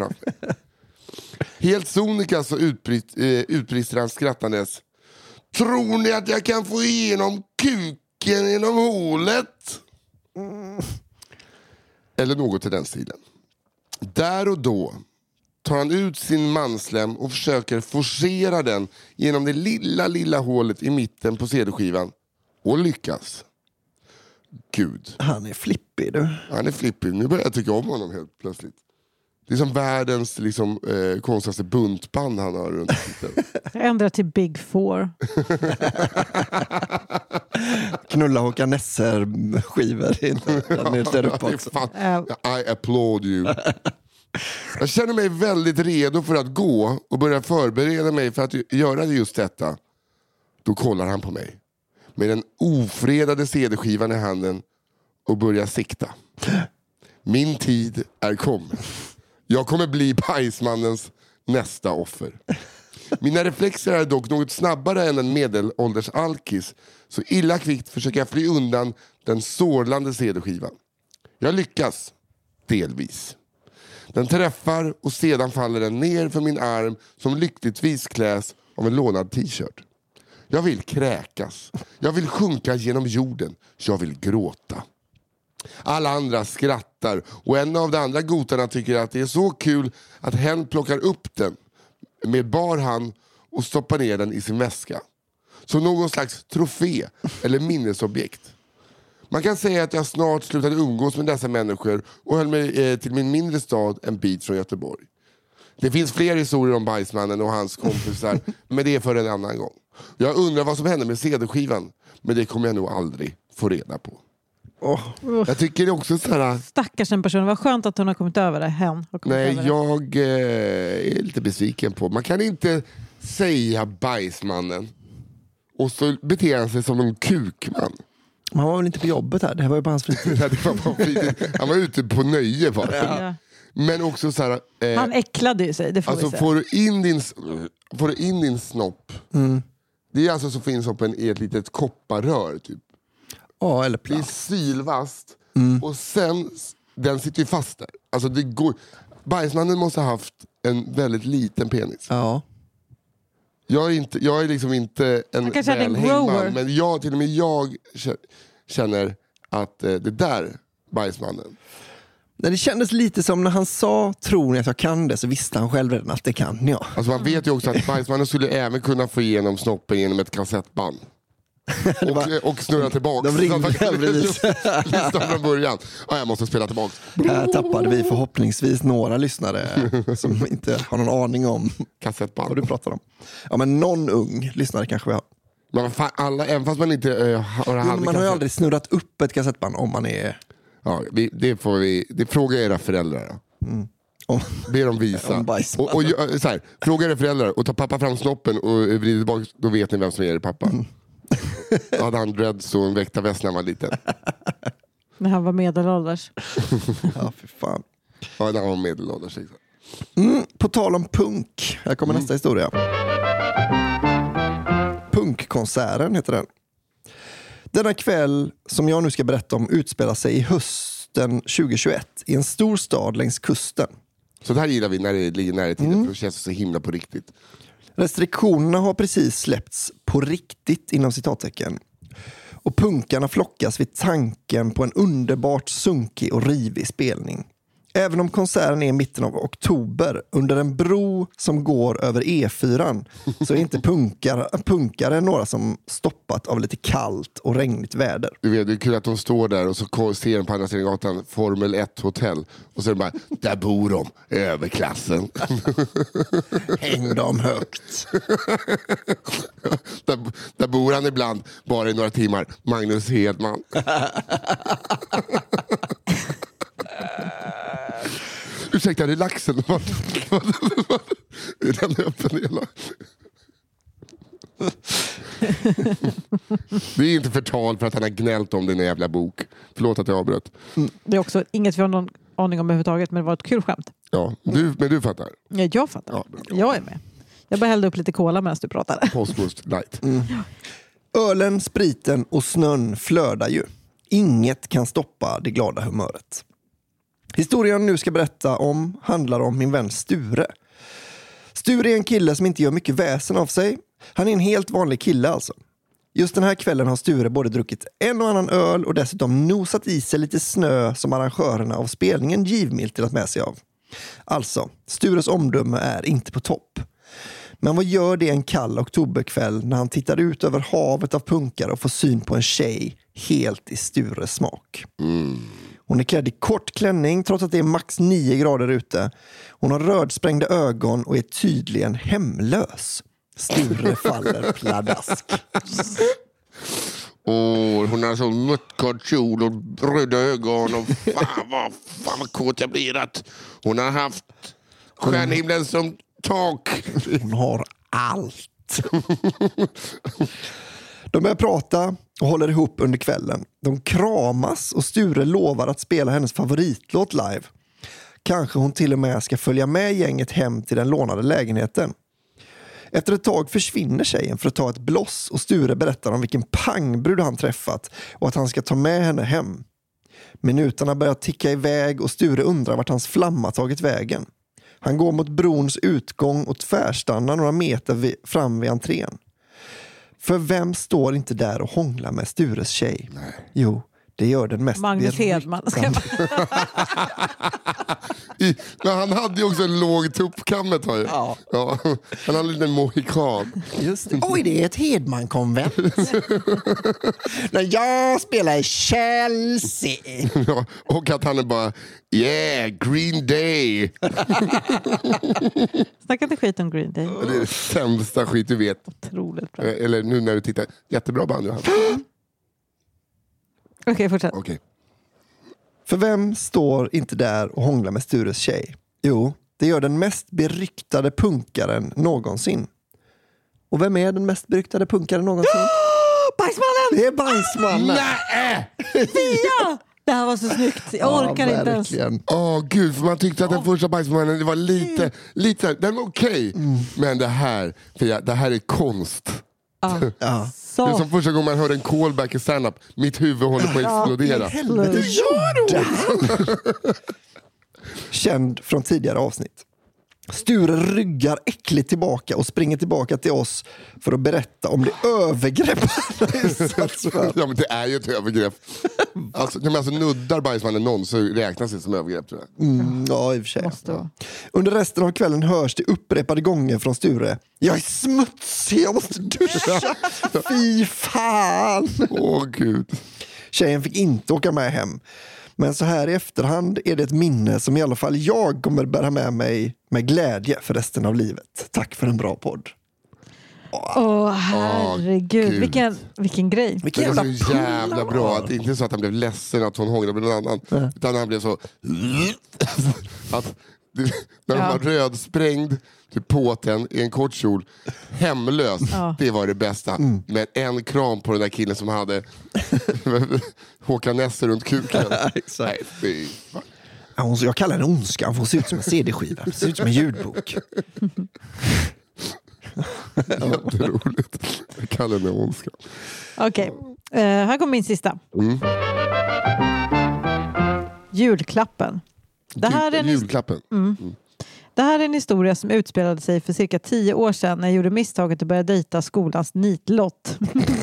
Helt sonika så utbrist, eh, utbrister han skrattandes. Tror ni att jag kan få igenom kuken genom hålet? Mm. Eller något i den stilen. Där och då tar han ut sin manslem och försöker forcera den genom det lilla, lilla hålet i mitten på C D-skivan. Och lyckas. Gud. Han är flippig du. Han är flippig. Nu börjar jag tycka om honom helt plötsligt. Det är som världens liksom, eh, konstigaste buntband han har runt titeln. Jag ändrar till Big Four. Knulla Håkan Nesser-skivor. Den är där uppe också. I applaud you. Jag känner mig väldigt redo för att gå och börja förbereda mig för att göra just detta. Då kollar han på mig med den ofredade C D-skivan i handen och börjar sikta. Min tid är kommen. Jag kommer bli bajsmannens nästa offer. Mina reflexer är dock något snabbare än en medelålders alkis. Så illa kvickt försöker jag fly undan den sårlande C D-skivan. Jag lyckas. Delvis. Den träffar och sedan faller den ner för min arm som lyckligtvis kläs av en lånad t-shirt. Jag vill kräkas. Jag vill sjunka genom jorden. Jag vill gråta. Alla andra skrattar och en av de andra gotarna tycker att det är så kul att hen plockar upp den med bar hand och stoppar ner den i sin väska. Som någon slags trofé eller minnesobjekt. Man kan säga att jag snart slutade umgås med dessa människor och höll mig eh, till min mindre stad en bit från Göteborg. Det finns fler historier om bajsmannen och hans kompisar, men det är för en annan gång. Jag undrar vad som hände med C D-skivan, men det kommer jag nog aldrig få reda på. Oh. Jag tycker det är också så här... Stackars en person, vad skönt att hon har kommit över det. Hen har kommit Nej, över det. jag eh, är lite besviken på. Man kan inte säga bajsmannen och så beter han sig som en kukman. Man var väl inte på jobbet här, det här var ju bara hans fritid. det var bara fritid. Han var ute på nöje bara. Ja. Men också så här... Eh, han äcklade ju sig, det får alltså, vi säga. Får du in din, får du in din snopp, mm. det är alltså så finns snoppen i ett litet kopparrör typ. Ja, eller plast. Det är sylvast. Mm. Och sen, den sitter ju fast där. Alltså det går... Bajsmannen måste ha haft en väldigt liten penis. Ja. Jag är, inte, jag är liksom inte en välhängman, men jag, till och med jag känner att eh, det där bajsmannen. Nej, det kändes lite som när han sa tror ni att jag kan det, så visste han själv redan att det kan jag. Alltså man vet ju också att bajsmannen skulle även kunna få igenom snoppen genom ett kassettband. Var... Och, och snurra tillbaka. De ringde lyssna från början. Ja, jag måste spela tillbaka. Här tappade vi förhoppningsvis några lyssnare som inte har någon aning om kassettband. Vad du pratar om. Ja, men någon ung lyssnare kanske vi har. Men fan, alla, även fast man inte uh, har jo, man har ju aldrig snurrat upp ett kassettband om man är... Ja, vi, det får vi... Det frågar era föräldrar. Mm. Om, Be dem visa. och, och, så här, fråga era föräldrar och ta pappa fram snoppen och vrider tillbaka, då vet ni vem som är er pappa. Mm. Då hade han dreads och en väktarväst när han var liten. När han var medelålders. Ja, för fan. Ja, när han var medelålders. Mm, på tal om punk. Här kommer mm. nästa historia. Punkkonserten heter den. Denna kväll som jag nu ska berätta om utspelar sig i hösten tjugohundratjugoett i en stor stad längs kusten. Så det här gillar vi när det ligger nära i tiden, mm. för det känns så himla på riktigt. Restriktionerna har precis släppts på riktigt inom citattecken. Och punkarna flockas vid tanken på en underbart sunkig och rivig spelning. Även om konserten är i mitten av oktober under en bro som går över E fyra så är inte punkare, punkare några som stoppat av lite kallt och regnigt väder. Du vet, det är kul att de står där och så ser de på andra sidan gatan Formel ett hotell och så är det bara, där bor de, överklassen. Häng dem högt. där, där bor han ibland, bara i några timmar, Magnus Hedman. Ursäkta, det är laxen. Är den öppen hela? Det är inte förtal för att han har gnällt om den jävla bok. Förlåt att jag avbröt. Mm. Det är också inget vi har någon aning om överhuvudtaget, men det var ett kul skämt. Ja, du, men du fattar? Ja, jag fattar. Ja, jag är med. Jag bara hällde upp lite cola medan du pratade. Påskmust light. Mm. Ölen, spriten och snön flödar ju. Inget kan stoppa det glada humöret. Historien jag nu ska berätta om handlar om min vän Sture. Sture är en kille som inte gör mycket väsen av sig. Han är en helt vanlig kille alltså. Just den här kvällen har Sture både druckit en och annan öl och dessutom nosat i sig lite snö som arrangörerna av spelningen givmilt delat med sig av. Alltså, Stures omdöme är inte på topp. Men vad gör det en kall oktoberkväll när han tittar ut över havet av punkare och får syn på en tjej helt i Stures smak? Mm. Hon är klädd i kort klänning trots att det är max nio grader ute. Hon har rödsprängda ögon och är tydligen hemlös. Sture faller pladask. Åh, hon har så muttkort kjol och röda ögon och fan vad, fan vad kåt jag blir att hon har haft stjärnhimlen som tak. Hon har allt. De börjar prata och håller ihop under kvällen. De kramas och Sture lovar att spela hennes favoritlåt live. Kanske hon till och med ska följa med gänget hem till den lånade lägenheten. Efter ett tag försvinner tjejen för att ta ett bloss och Sture berättar om vilken pangbrud han träffat och att han ska ta med henne hem. Minuterna börjar ticka iväg och Sture undrar vart hans flamma tagit vägen. Han går mot brons utgång och tvärstannar några meter vid, fram vid entrén. För vem står inte där och hånglar med Stures tjej? Nej. Jo, det gör den mest Magnus Hedman. I, men han hade ju också en låg tuppkammet. Har ju. Ja. Ja, han hade en liten mohikan. Just det. Oj, det är ett Hedman-konvent. När jag spelar i Chelsea. Ja, och att han är bara, yeah, Green Day. Snacka inte skit om Green Day. Det är det sämsta skit du vet. Otroligt bra. Eller nu när du tittar, jättebra band du har. Okej, okay, fortsätt. Okay. För vem står inte där och hånglar med Stures tjej? Jo, det gör den mest beryktade punkaren någonsin. Och vem är den mest beryktade punkaren någonsin? Bajsmannen! Det är Bajsmannen! Nej! Fia! Det här var så snyggt. Jag orkar ja, inte ens. verkligen. Åh oh, gud, för man tyckte att den första Bajsmannen, det var lite, lite, den var okej. Okay. Mm. Men det här, Fia, det här är konst. Ja. Ja. Så. Det är som första gången man hörde en callback i stand-up. Mitt huvud håller på att explodera. Helvete, gör det! Känd från tidigare avsnitt. Sture ryggar äckligt tillbaka och springer tillbaka till oss för att berätta om det övergrepp han har utsatts för. Ja, men det är ju ett övergrepp. Alltså, när man alltså nuddar Bajsmannen någon så räknas det som övergrepp, tror jag. Mm, ja, i och för sig. Måste. Under resten av kvällen hörs det upprepade gånger från Sture. Jag är smutsig, jag måste duscha. Fy fan. Åh gud. Tjejen fick inte åka med hem. Men så här i efterhand är det ett minne som i alla fall jag kommer bära med mig med glädje för resten av livet. Tack för en bra podd. Åh, oh, herregud. Oh, vilken, vilken grej. Vilken det var så jävla bra. Att det inte så att han blev ledsen att hon hånglade med någon annan. Mm. Utan han blev så... att det, när ja. han var rödsprängd typ påten i en kort kjol, hemlös, ja. Det var det bästa. Mm. Med en kram på den där killen som hade Håkan Nesser runt kuken. Exakt. Nej, ja, jag kallar henne ondska. Han får se ut som en C D-skiva. Det ser ut som en ljudbok. Jätteroligt. Jag kallar henne ondska. Okej, okay. uh, här kommer min sista. Mm. Julklappen. Det här är en Julklappen. Mm. Mm. Det här är en historia som utspelade sig för cirka tio år sedan när jag gjorde misstaget att börja dejta skolans nitlott.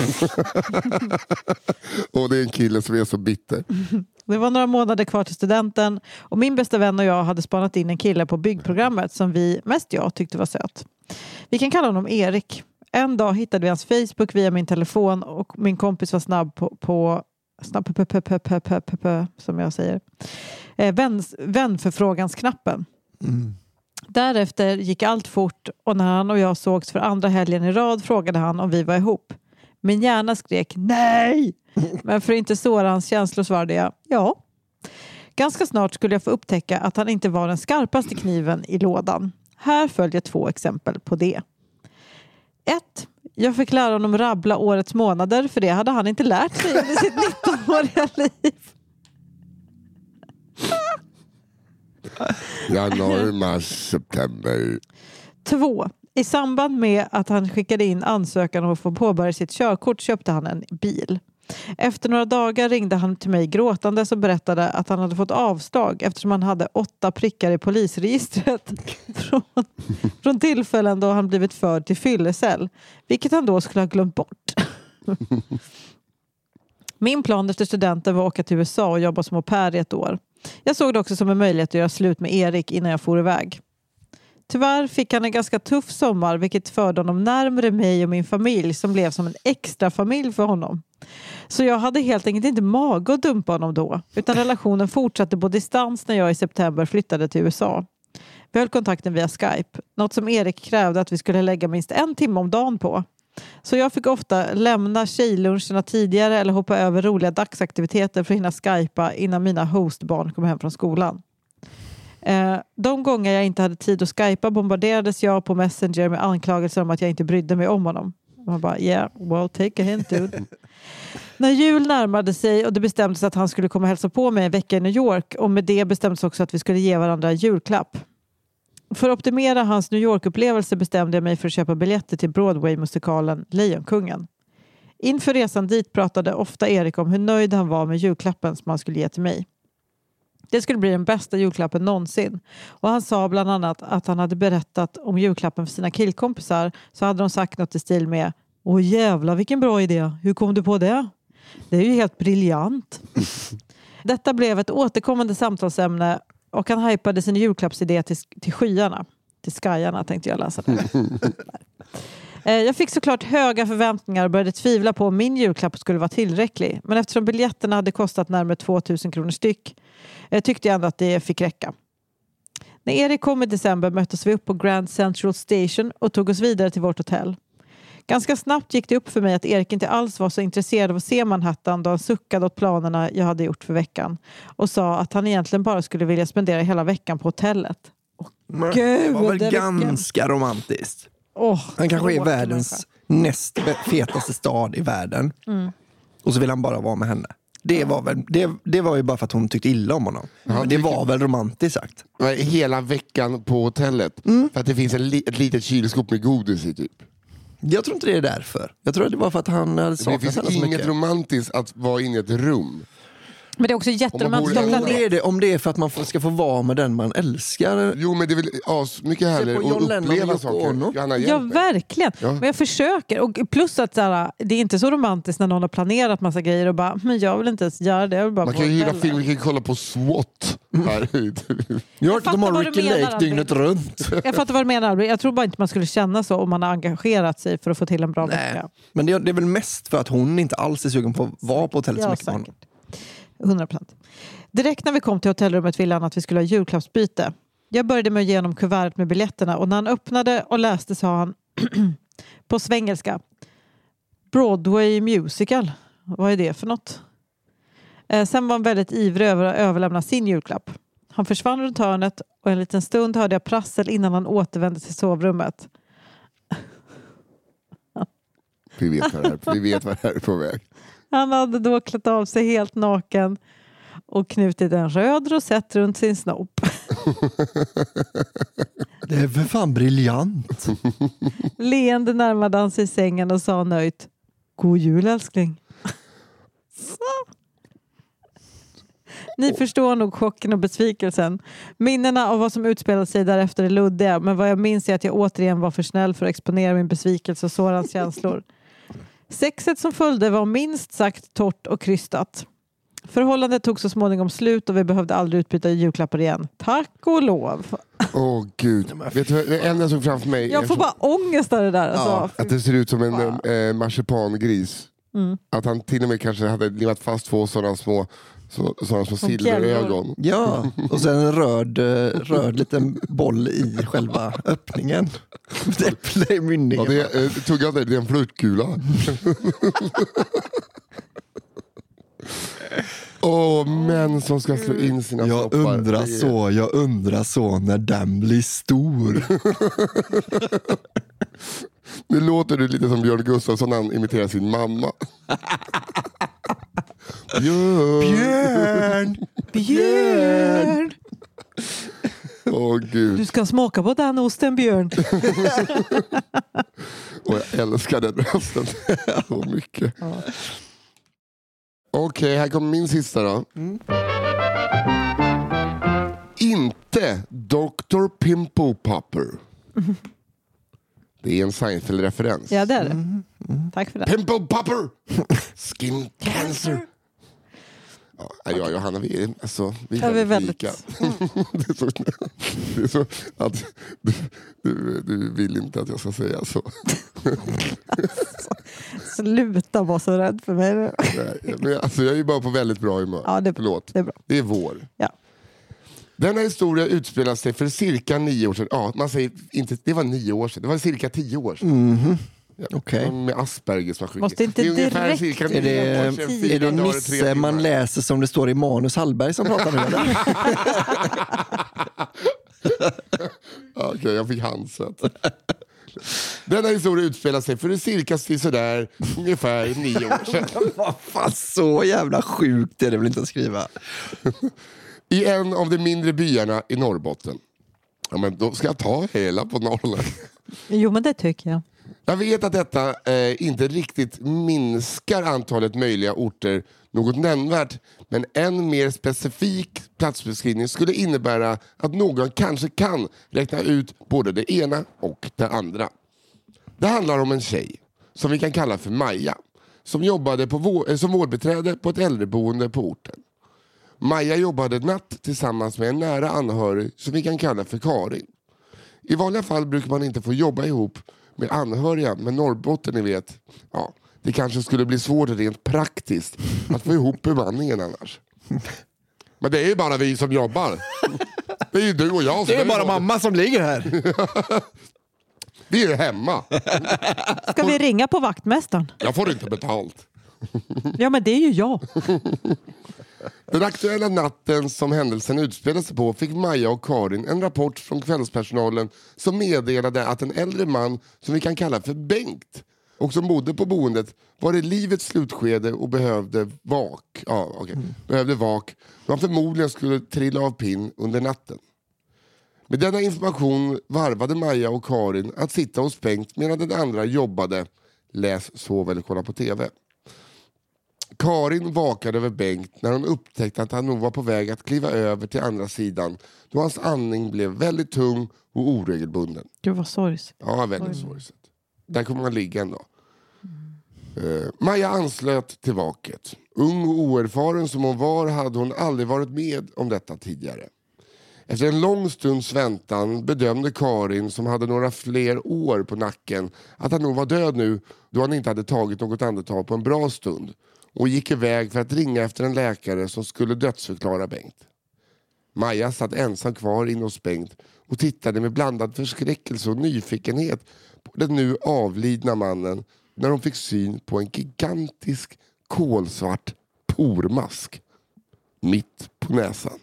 Och det är en kille som är så bitter. Det var några månader kvar till studenten och min bästa vän och jag hade spanat in en kille på byggprogrammet som vi, mest jag, tyckte var söt. Vi kan kalla honom Erik. En dag hittade vi hans Facebook via min telefon och min kompis var snabb på, på snabb p, p, p, p, p, p, p, som jag säger. Eh, vän, vänförfrågansknappen. Mm. Därefter gick allt fort och när han och jag sågs för andra helgen i rad frågade han om vi var ihop. Min hjärna skrek nej! Men för att inte såra hans känslor svarade jag ja. Ganska snart skulle jag få upptäcka att han inte var den skarpaste kniven i lådan. Här följer två exempel på det. Ett. Jag fick lära honom rabbla årets månader för det hade han inte lärt sig under sitt nittonåriga liv. Januari, mars, september. Två. I samband med att han skickade in ansökan om att få påbörja sitt körkort köpte han en bil. Efter några dagar ringde han till mig gråtande och berättade att han hade fått avslag eftersom han hade åtta prickar i polisregistret från, från tillfällen då han blivit förd till fyllecell, vilket han då skulle ha glömt bort. Min plan efter studenten var att åka till U S A och jobba som au pair i ett år. Jag såg det också som en möjlighet att göra slut med Erik innan jag for iväg. Tyvärr fick han en ganska tuff sommar vilket förde honom närmare mig och min familj som blev som en extra familj för honom. Så jag hade helt enkelt inte mag att dumpa honom då utan relationen fortsatte på distans när jag i september flyttade till U S A. Vi höll kontakten via Skype, något som Erik krävde att vi skulle lägga minst en timme om dagen på. Så jag fick ofta lämna tjejluncherna tidigare eller hoppa över roliga dagsaktiviteter för att hinna skypa innan mina hostbarn kom hem från skolan. Eh, de gånger jag inte hade tid att skypa bombarderades jag på Messenger med anklagelser om att jag inte brydde mig om honom. Man bara, yeah, well, take a hint, dude. När jul närmade sig och det bestämdes att han skulle komma och hälsa på mig en vecka i New York, och med det bestämdes också att vi skulle ge varandra en julklapp. För att optimera hans New York-upplevelse bestämde jag mig för att köpa biljetter till Broadway-musikalen Lejonkungen. Inför resan dit pratade ofta Erik om hur nöjd han var med julklappen som han skulle ge till mig. Det skulle bli den bästa julklappen någonsin. Och han sa bland annat att han hade berättat om julklappen för sina killkompisar, så hade de sagt något i stil med: åh jävla vilken bra idé, hur kom du på det? Det är ju helt briljant. Detta blev ett återkommande samtalsämne och han hypade sin julklappsidé till, till skyarna. Till skajarna tänkte jag läsa det. Jag fick såklart höga förväntningar och började tvivla på om min julklapp skulle vara tillräcklig. Men eftersom biljetterna hade kostat närmare tvåtusen kronor styck tyckte jag ändå att det fick räcka. När Erik kom i december möttes vi upp på Grand Central Station och tog oss vidare till vårt hotell. Ganska snabbt gick det upp för mig att Erik inte alls var så intresserad av att se Manhattan, då han suckade åt planerna jag hade gjort för veckan och sa att han egentligen bara skulle vilja spendera hela veckan på hotellet. Åh, Men, Gud, det var väl det ganska veckan. romantiskt. Oh, han kanske är världens näst fetaste stad i världen. Mm. Och så vill han bara vara med henne. Det var, väl, det, det var ju bara för att hon tyckte illa om honom. Ja, det var väl romantiskt sagt. Hela veckan på hotellet. Mm. För att det finns en li, ett litet kylskåp med godis i typ. Jag tror inte det är därför. Jag tror att det var för att han hade saknat henne så mycket. Det finns inget romantiskt att vara inne i ett rum. Men det är också jätteromantiskt. Om, om, det är det, om det är för att man ska få vara med den man älskar. Jo, men det är väl as, mycket härligt att uppleva saker. Ja, verkligen. Ja. Men jag försöker. Och plus att såhär, det är inte så romantiskt när någon har planerat massa grejer och bara, men jag vill inte ens göra det. Jag vill bara man kan ju hyra film, vi kan kolla på SWAT här ute. Jag har hört att de har Ricky Lake dygnet runt. Jag fattar vad du menar. Jag tror bara inte man skulle känna så om man har engagerat sig för att få till en bra Nej. vecka. Men det är, det är väl mest för att hon inte alls är sugen på att vara på hotellet så mycket med honom. hundra procent. Direkt när vi kom till hotellrummet ville han att vi skulle ha julklappsbyte. Jag började med att ge honom kuvertet med biljetterna och när han öppnade och läste sa han på svengelska: Broadway musical. Vad är det för något? Eh, sen var han väldigt ivrig över att överlämna sin julklapp. Han försvann runt hörnet och en liten stund hörde jag prassel innan han återvände till sovrummet. Vi vet vad det är, vi vet vad det här är på väg. Han hade då klätt av sig helt naken och knutit en röd rosett runt sin snopp. Det är för fan briljant. Leende närmade han sig i sängen och sa nöjt: God jul älskling. Ni förstår nog chocken och besvikelsen. Minnena av vad som utspelade sig därefter är luddiga, men vad jag minns är att jag återigen var för snäll för att exponera min besvikelse och såra hans känslor. Sexet som följde var minst sagt torrt och krystat. Förhållandet tog så småningom slut och vi behövde aldrig utbyta julklappar igen. Tack och lov. Åh oh, gud. Vet du, det enda jag såg framför mig... Jag får bara ångest av det där. Alltså. Ja, att det ser ut som en äh, marsipangris. Mm. Att han till och med kanske hade livat fast två sådana små, så, sådana små silverögon. Ja, och sen en röd, röd liten boll i själva öppningen. Det är mynningen. Ja, det är, äh, tugga det, det är en flörtkula. Åh, oh, män som ska slå in sina jag snoppar. undrar så, jag undrar så när den blir stor. Nu låter du lite som Björn Gustafsson när han imiterar sin mamma. Björn! Björn! Björn! Åh oh, gud. Du ska smaka på den osten, Björn. Och jag älskar den rösten så mycket. Ja. Okej, okay, här kommer min sista då. Mm. Inte doktor Pimple Popper. Mm. Det är en Seinfeld-referens. Ja, det är det. Mm. Mm. Tack för det. Pimple Popper! Skin cancer! Ja, jag och Johanna, vi är, alltså, vi är ja, väldigt, väldigt lika. Mm. det, är så, det är så att du, du, du vill inte att jag ska säga så. Sluta vara så rädd för mig. Nej, men alltså, jag är ju bara på väldigt bra humör. Ja, det, Förlåt. Det är bra. Det är vår. Ja. Denna historia utspelar sig för cirka nio år sedan. Ja, man säger inte, det var nio år sedan. Det var cirka tio år sedan. Mm-hmm. Okay. Med Aspergers maskin. Måste inte det är ungefär direkt... cirka Är det, är det Nisse man läser som det står i Manus Hallberg som pratar nu? Okej, okay, jag fick handset. Denna historia utspelar sig för cirka sådär ungefär nio år sedan. Vad fan, så jävla sjukt är det väl inte att skriva. I en av de mindre byarna i Norrbotten. Ja, men då ska jag ta hela på Norrland. Jo, men det tycker jag. Jag vet att detta eh, inte riktigt minskar antalet möjliga orter något nämnvärt, men en mer specifik platsbeskrivning skulle innebära att någon kanske kan räkna ut både det ena och det andra. Det handlar om en tjej som vi kan kalla för Maja, som jobbade på vår, som vårdbiträde på ett äldreboende på orten. Maja jobbade natt tillsammans med en nära anhörig som vi kan kalla för Karin. I vanliga fall brukar man inte få jobba ihop med anhöriga, men Norrbotten, ni vet, ja, det kanske skulle bli svårt rent praktiskt att få ihop bemanningen annars. Men det är ju bara vi som jobbar. Det är ju du och jag som Det är, är bara jobbar. mamma som ligger här. Vi är hemma. Ska vi ringa på vaktmästaren? Jag får inte betalt. Ja, men det är ju jag. Den aktuella natten som händelsen utspelade sig på fick Maja och Karin en rapport från kvällspersonalen som meddelade att en äldre man som vi kan kalla för Bengt och som bodde på boendet var i livets slutskede och behövde vak. Ja, okay. mm. Behövde vak. Man förmodligen skulle trilla av pinn under natten. Med denna information varvade Maja och Karin att sitta hos Bengt medan den andra jobbade, läs, sov eller kolla på tv. Karin vakade över Bengt när hon upptäckte att han nog var på väg att kliva över till andra sidan då hans andning blev väldigt tung och oregelbunden. Gud vad sorgset. Ja, väldigt sorgset. Där kommer man ligga ändå. Mm. Uh, Maja anslöt till vaket. Ung och oerfaren som hon var hade hon aldrig varit med om detta tidigare. Efter en lång stunds väntan bedömde Karin, som hade några fler år på nacken, att han nog var död nu då han inte hade tagit något andetag på en bra stund och gick iväg för att ringa efter en läkare som skulle dödsförklara Bengt. Maja satt ensam kvar in hos Bengt och tittade med blandad förskräckelse och nyfikenhet på den nu avlidna mannen när hon fick syn på en gigantisk kolsvart pormask mitt på näsan.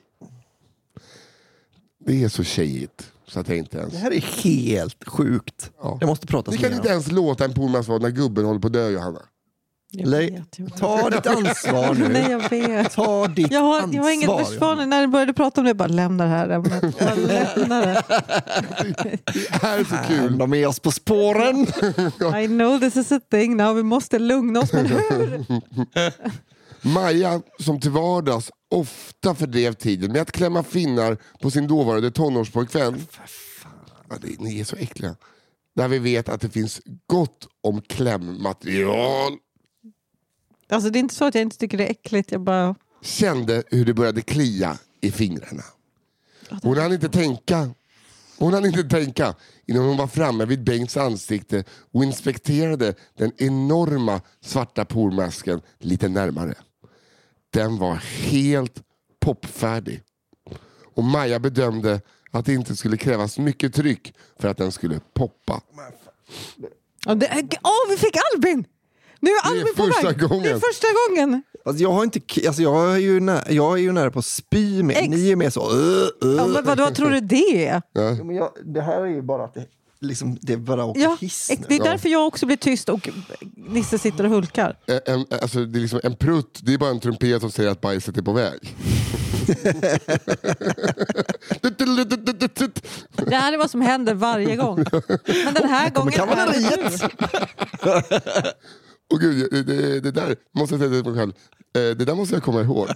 Det är så tjejigt så att jag inte ens... Det här är helt sjukt. Ja. Jag måste prata så. Det kan inte ens låta en pormask vara när gubben håller på att dö, Johanna. Le- ta ditt ansvar nu. Nej, jag vet. Ta ditt jag har, ansvar. Jag har inget försvar nu. När du började prata om det, bara lämna det här ämnet. Lämna det. Det är så kul. De är oss på spåren. I know this is a thing now. Vi måste lugna oss, men hur? Maja, som till vardags ofta fördrev tiden med att klämma finnar på sin dåvarande tonårspojkvän. Ja, det, ni är så äckliga. Där vi vet att det finns gott om klämmaterial. Alltså det är inte så att jag inte tycker det är äckligt. Jag bara... Kände hur det började klia i fingrarna. Hon hann inte tänka. Hon hann inte tänka innan hon var framme vid Bengts ansikte och inspekterade den enorma svarta pormasken lite närmare. Den var helt popfärdig. Och Maja bedömde att det inte skulle krävas mycket tryck för att den skulle poppa. Åh, oh, vi fick Albin! Nu är Albin på väg. Gången. Det är första gången. Alltså jag, har inte, alltså jag, är ju nära, jag är ju nära på att spy med. Ex- Ni är med så... Uh, uh. Ja, men vad, vad tror du det är? Ja. Ja, men jag, det här är ju bara att det, liksom, det är bara åker ja, hiss. Det är därför jag också blir tyst och Nisse sitter och hulkar. En, alltså, det är liksom en prutt, det är bara en trumpet som säger att bajset är på väg. Det här är vad som händer varje gång. Men den här gången kan man är det Och gud, det, det, det där måste jag säga till mig själv. Det där måste jag komma ihåg.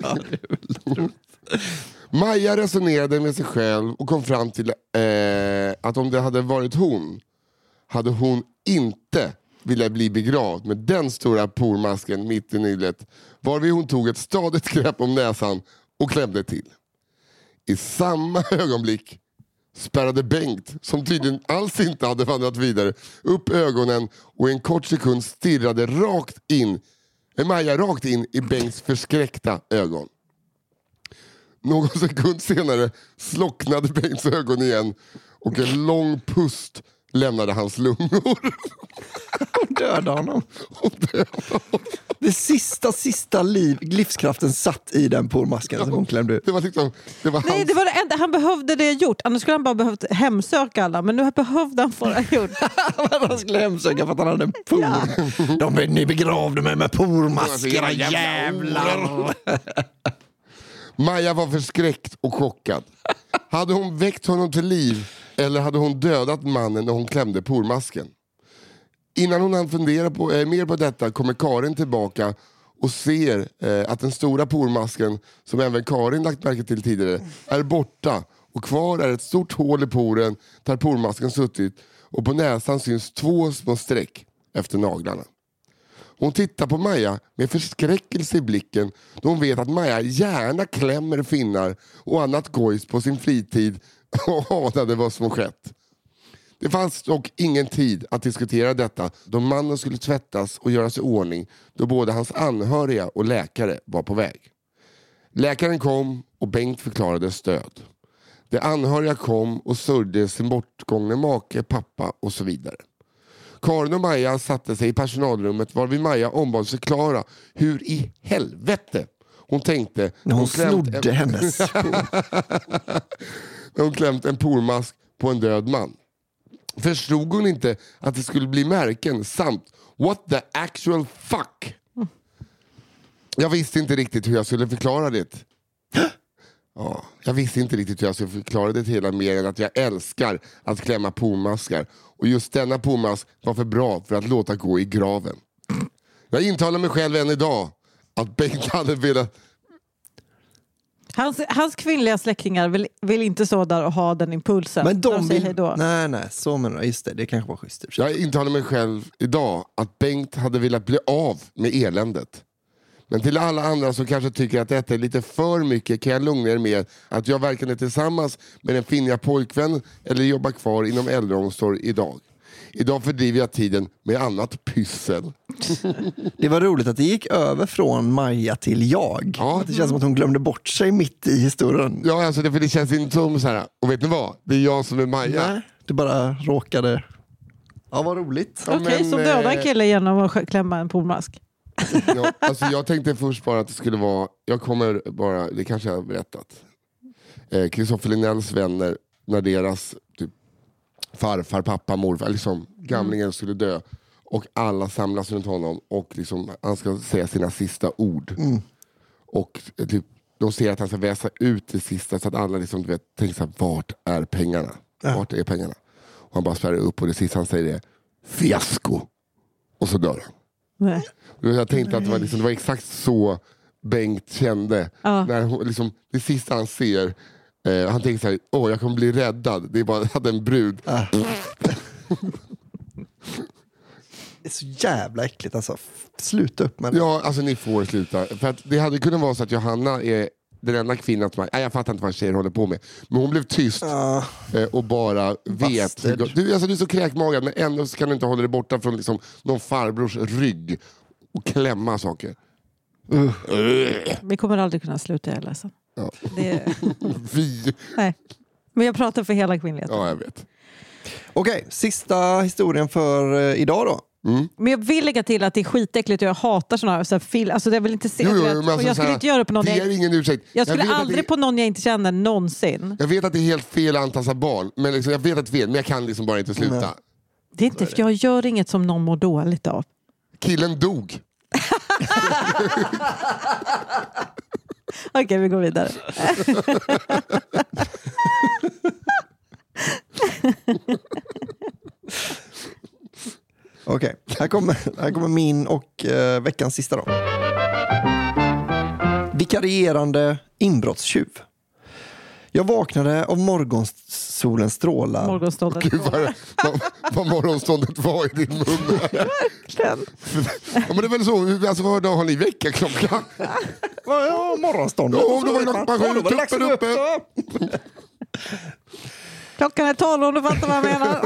Maja resonerade med sig själv och kom fram till eh, att om det hade varit hon hade hon inte ville bli begravd med den stora pormasken mitt i nyllet, varvid hon tog ett stadigt grepp om näsan och klämde till. I samma ögonblick spärrade Bengt, som tydligen alls inte hade vandrat vidare, upp ögonen och i en kort sekund stirrade rakt in, Maja rakt in i Bengts förskräckta ögon. Någon sekund senare slocknade Bengts ögon igen och en lång pust lämnade hans lungor. Hon dödade honom. Hon dödade honom. Det sista, sista liv, livskraften satt i den pormasken som hon klämde ut. Det var liksom, det var Nej, hans... det var det enda. Han behövde det gjort. Annars skulle han bara behövt hemsöka alla. Men nu behövde han få det gjort. Han skulle hemsöka för att han hade en por. Ja. De, ni begravde mig med pormasker, alltså, jävlar. Maja var förskräckt och chockad. Hade hon väckt honom till liv eller hade hon dödat mannen när hon klämde pormasken? Innan hon hann fundera på, eh, mer på detta kommer Karin tillbaka och ser eh, att den stora pormasken, som även Karin lagt märke till tidigare, är borta. Och kvar är ett stort hål i poren där pormasken suttit, och på näsan syns två små streck efter naglarna. Hon tittar på Maja med förskräckelse i blicken, då hon vet att Maja gärna klämmer finnar och annat gojs på sin fritid och anade vad som skett. Det fanns dock ingen tid att diskutera detta, då mannen skulle tvättas och göras i ordning, då både hans anhöriga och läkare var på väg. Läkaren kom och Bengt förklarade stöd. De anhöriga kom och sörjde sin bortgångne make, pappa och så vidare. Karin och Maja satte sig i personalrummet, var vid Maja ombads förklara hur i helvete hon tänkte när hon, hon en... snodde hennes när hon klämt en pormask på en död man. Förstod hon inte att det skulle bli märken samt what the actual fuck? Jag visste inte riktigt hur jag skulle förklara det. Ja, jag visste inte riktigt hur jag skulle förklara det hela mer än att jag älskar att klämma pormaskar. Och just denna pormask var för bra för att låta gå i graven. Jag intalar mig själv än idag att Bengt hade velat... Hans, hans kvinnliga släktingar vill, vill inte så där och ha den impulsen. Men de, de vill... hej då. Nej, nej, så menar jag. Just det, det kanske var schysst. Jag intalar mig själv idag att Bengt hade velat bli av med eländet. Men till alla andra som kanske tycker att detta är lite för mycket kan jag lugna er med att jag varken är tillsammans med en finniga pojkvän eller jobbar kvar inom äldreomsorg idag. Idag fördriver jag tiden med annat pyssel. Det var roligt att det gick över från Maja till jag. Ja. Det känns som att hon glömde bort sig mitt i historien. Ja, alltså det, för det känns inte som så här. Och vet ni vad? Det är jag som är Maja. Nej, det bara råkade... Ja, vad roligt. Ja, Okej, men, så döda en eh, kille genom att klämma en pormask. Ja, alltså jag tänkte först bara att det skulle vara, jag kommer bara, det kanske jag har berättat. Kristoffer eh, Linnells vänner, när deras typ, farfar, pappa, morfar, liksom gamlingen mm. skulle dö. Och alla samlas runt honom och liksom, han ska säga sina sista ord. Mm. Och typ, de ser att han ska väsa ut det sista så att alla liksom, du vet, tänker så här, vart är pengarna? Ja. Vart är pengarna? Och han bara spärrar upp och det sista han säger är fiasko. Och så dör han. Nej. Jag tänkte att det var, liksom, det var exakt så Bengt kände. Ja. När hon, liksom, det sista han ser, eh, han tänker så här, åh jag kommer bli räddad. Det är bara, jag hade en brud. Ah. Det är så jävla äckligt alltså. Sluta upp med det. Ja, alltså ni får sluta. För att det hade kunnat vara så att Johanna är den enda kvinnan som... Nej, jag fattar inte vad tjejer håller på med. Men hon blev tyst uh, eh, och bara vet... Hur, du, alltså, du är så kräkmagad, men ändå så kan du inte hålla dig borta från liksom, någon farbrors rygg och klämma saker. Uh. Uh. Vi kommer aldrig kunna sluta, jag är ledsen. Ja. Det... Vi... Nej. Men jag pratar för hela kvinnligheten. Ja, jag vet. Okej, okay, sista historien för uh, idag då. Mm. Men jag vill lägga till att det är skitäckligt och jag hatar sådana här, så här film. Alltså jag vill inte se jo, jo, vet, alltså, och jag skulle här, inte göra det på någon det jag, är ingen ursäkt. jag skulle jag aldrig det, på någon jag inte känner någonsin. Jag vet att det är helt fel att antassa barn, men liksom, jag vet att det är fel, men jag kan liksom bara inte sluta. Mm. Det är inte, för jag gör inget som någon mår dåligt av. Killen dog. Okej, okay, vi går vidare. Okej, okay. här, kommer, här kommer min och uh, veckans sista då. Vikarierande inbrottstjuv. Jag vaknade av morgonsolens strålar. Morgonståndet. Gud, vad, vad, vad morgonståndet var i din mun. Verkligen. Ja, men det är väl så, alltså, vad har ni väckarklocka? Ja, morgonståndet. Ja, då var det klockan sju, tuppen uppe. Klockan är tolv om du fattar vad jag menar.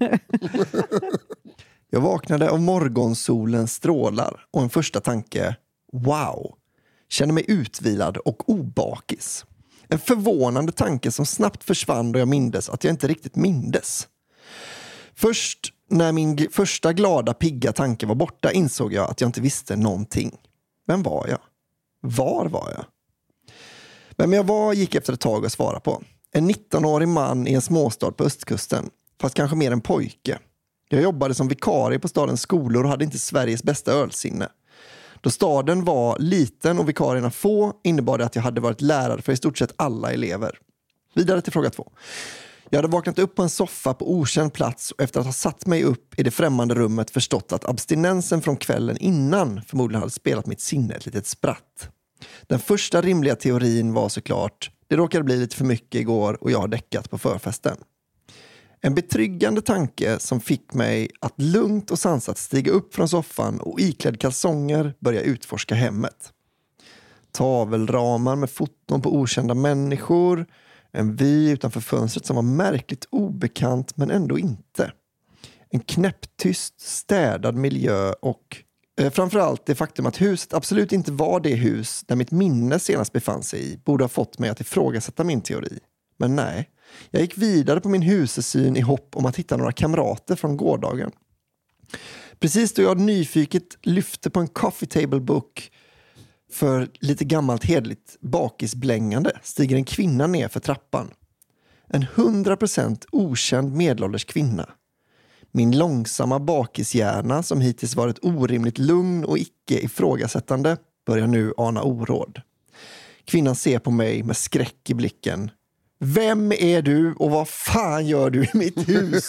Jag vaknade av morgonsolens strålar och en första tanke, wow, känner mig utvilad och obakis. En förvånande tanke som snabbt försvann då jag mindes att jag inte riktigt mindes. Först när min g- första glada pigga tanke var borta insåg jag att jag inte visste någonting. Vem var jag? Var var jag? Vem jag var gick efter ett tag att svara på. En nittonårig man i en småstad på östkusten. Fast kanske mer en pojke. Jag jobbade som vikarie på stadens skolor och hade inte Sveriges bästa ölsinne. Då staden var liten och vikarierna få innebar det att jag hade varit lärare för i stort sett alla elever. Vidare till fråga två. Jag hade vaknat upp på en soffa på okänd plats och efter att ha satt mig upp i det främmande rummet förstått att abstinensen från kvällen innan förmodligen hade spelat mitt sinne ett litet spratt. Den första rimliga teorin var såklart, det råkade bli lite för mycket igår och jag har däckat på förfesten. En betryggande tanke som fick mig att lugnt och sansat stiga upp från soffan och iklädd kalsonger börja utforska hemmet. Tavelramar med foton på okända människor, en vy utanför fönstret som var märkligt obekant men ändå inte. En knäpptyst, städad miljö och eh, framförallt det faktum att huset absolut inte var det hus där mitt minne senast befann sig i borde ha fått mig att ifrågasätta min teori. Men nej, jag gick vidare på min husesyn i hopp om att hitta några kamrater från gårdagen. Precis då jag nyfiket lyfte på en coffee table book för lite gammalt hedligt bakisblängande stiger en kvinna ner för trappan. En hundra procent okänd medelålders kvinna. Min långsamma bakishjärna som hittills varit orimligt lugn och icke ifrågasättande börjar nu ana oråd. Kvinnan ser på mig med skräck i blicken. Vem är du och vad fan gör du i mitt hus?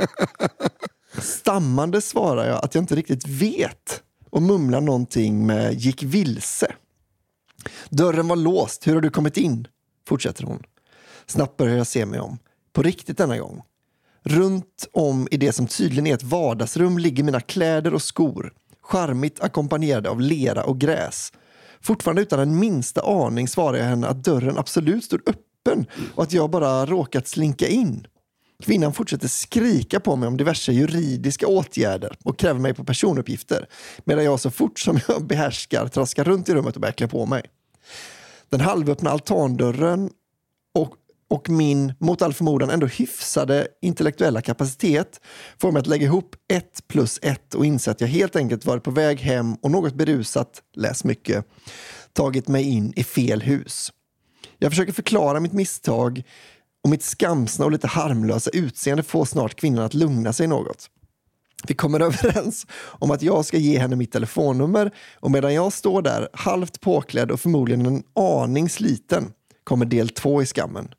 Stammande svarar jag att jag inte riktigt vet och mumlar någonting med gick vilse. Dörren var låst, hur har du kommit in? Fortsätter hon. Snabbt börjar jag se mig om. På riktigt denna gång. Runt om i det som tydligen är ett vardagsrum ligger mina kläder och skor. Charmigt ackompanjerade av lera och gräs. Fortfarande utan en minsta aning svarar jag henne att dörren absolut stod öppen och att jag bara råkat slinka in. Kvinnan fortsätter skrika på mig om diverse juridiska åtgärder och kräver mig på personuppgifter medan jag så fort som jag behärskar traskar runt i rummet och börjar klä på mig. Den halvöppna altandörren och, och min mot all förmodan ändå hyfsade intellektuella kapacitet får mig att lägga ihop ett plus ett och inse att jag helt enkelt varit på väg hem och något berusat, läs mycket, tagit mig in i fel hus. Jag försöker förklara mitt misstag och mitt skamsna och lite harmlösa utseende får snart kvinnan att lugna sig något. Vi kommer överens om att jag ska ge henne mitt telefonnummer och medan jag står där halvt påklädd och förmodligen en aning sliten kommer del två i skammen.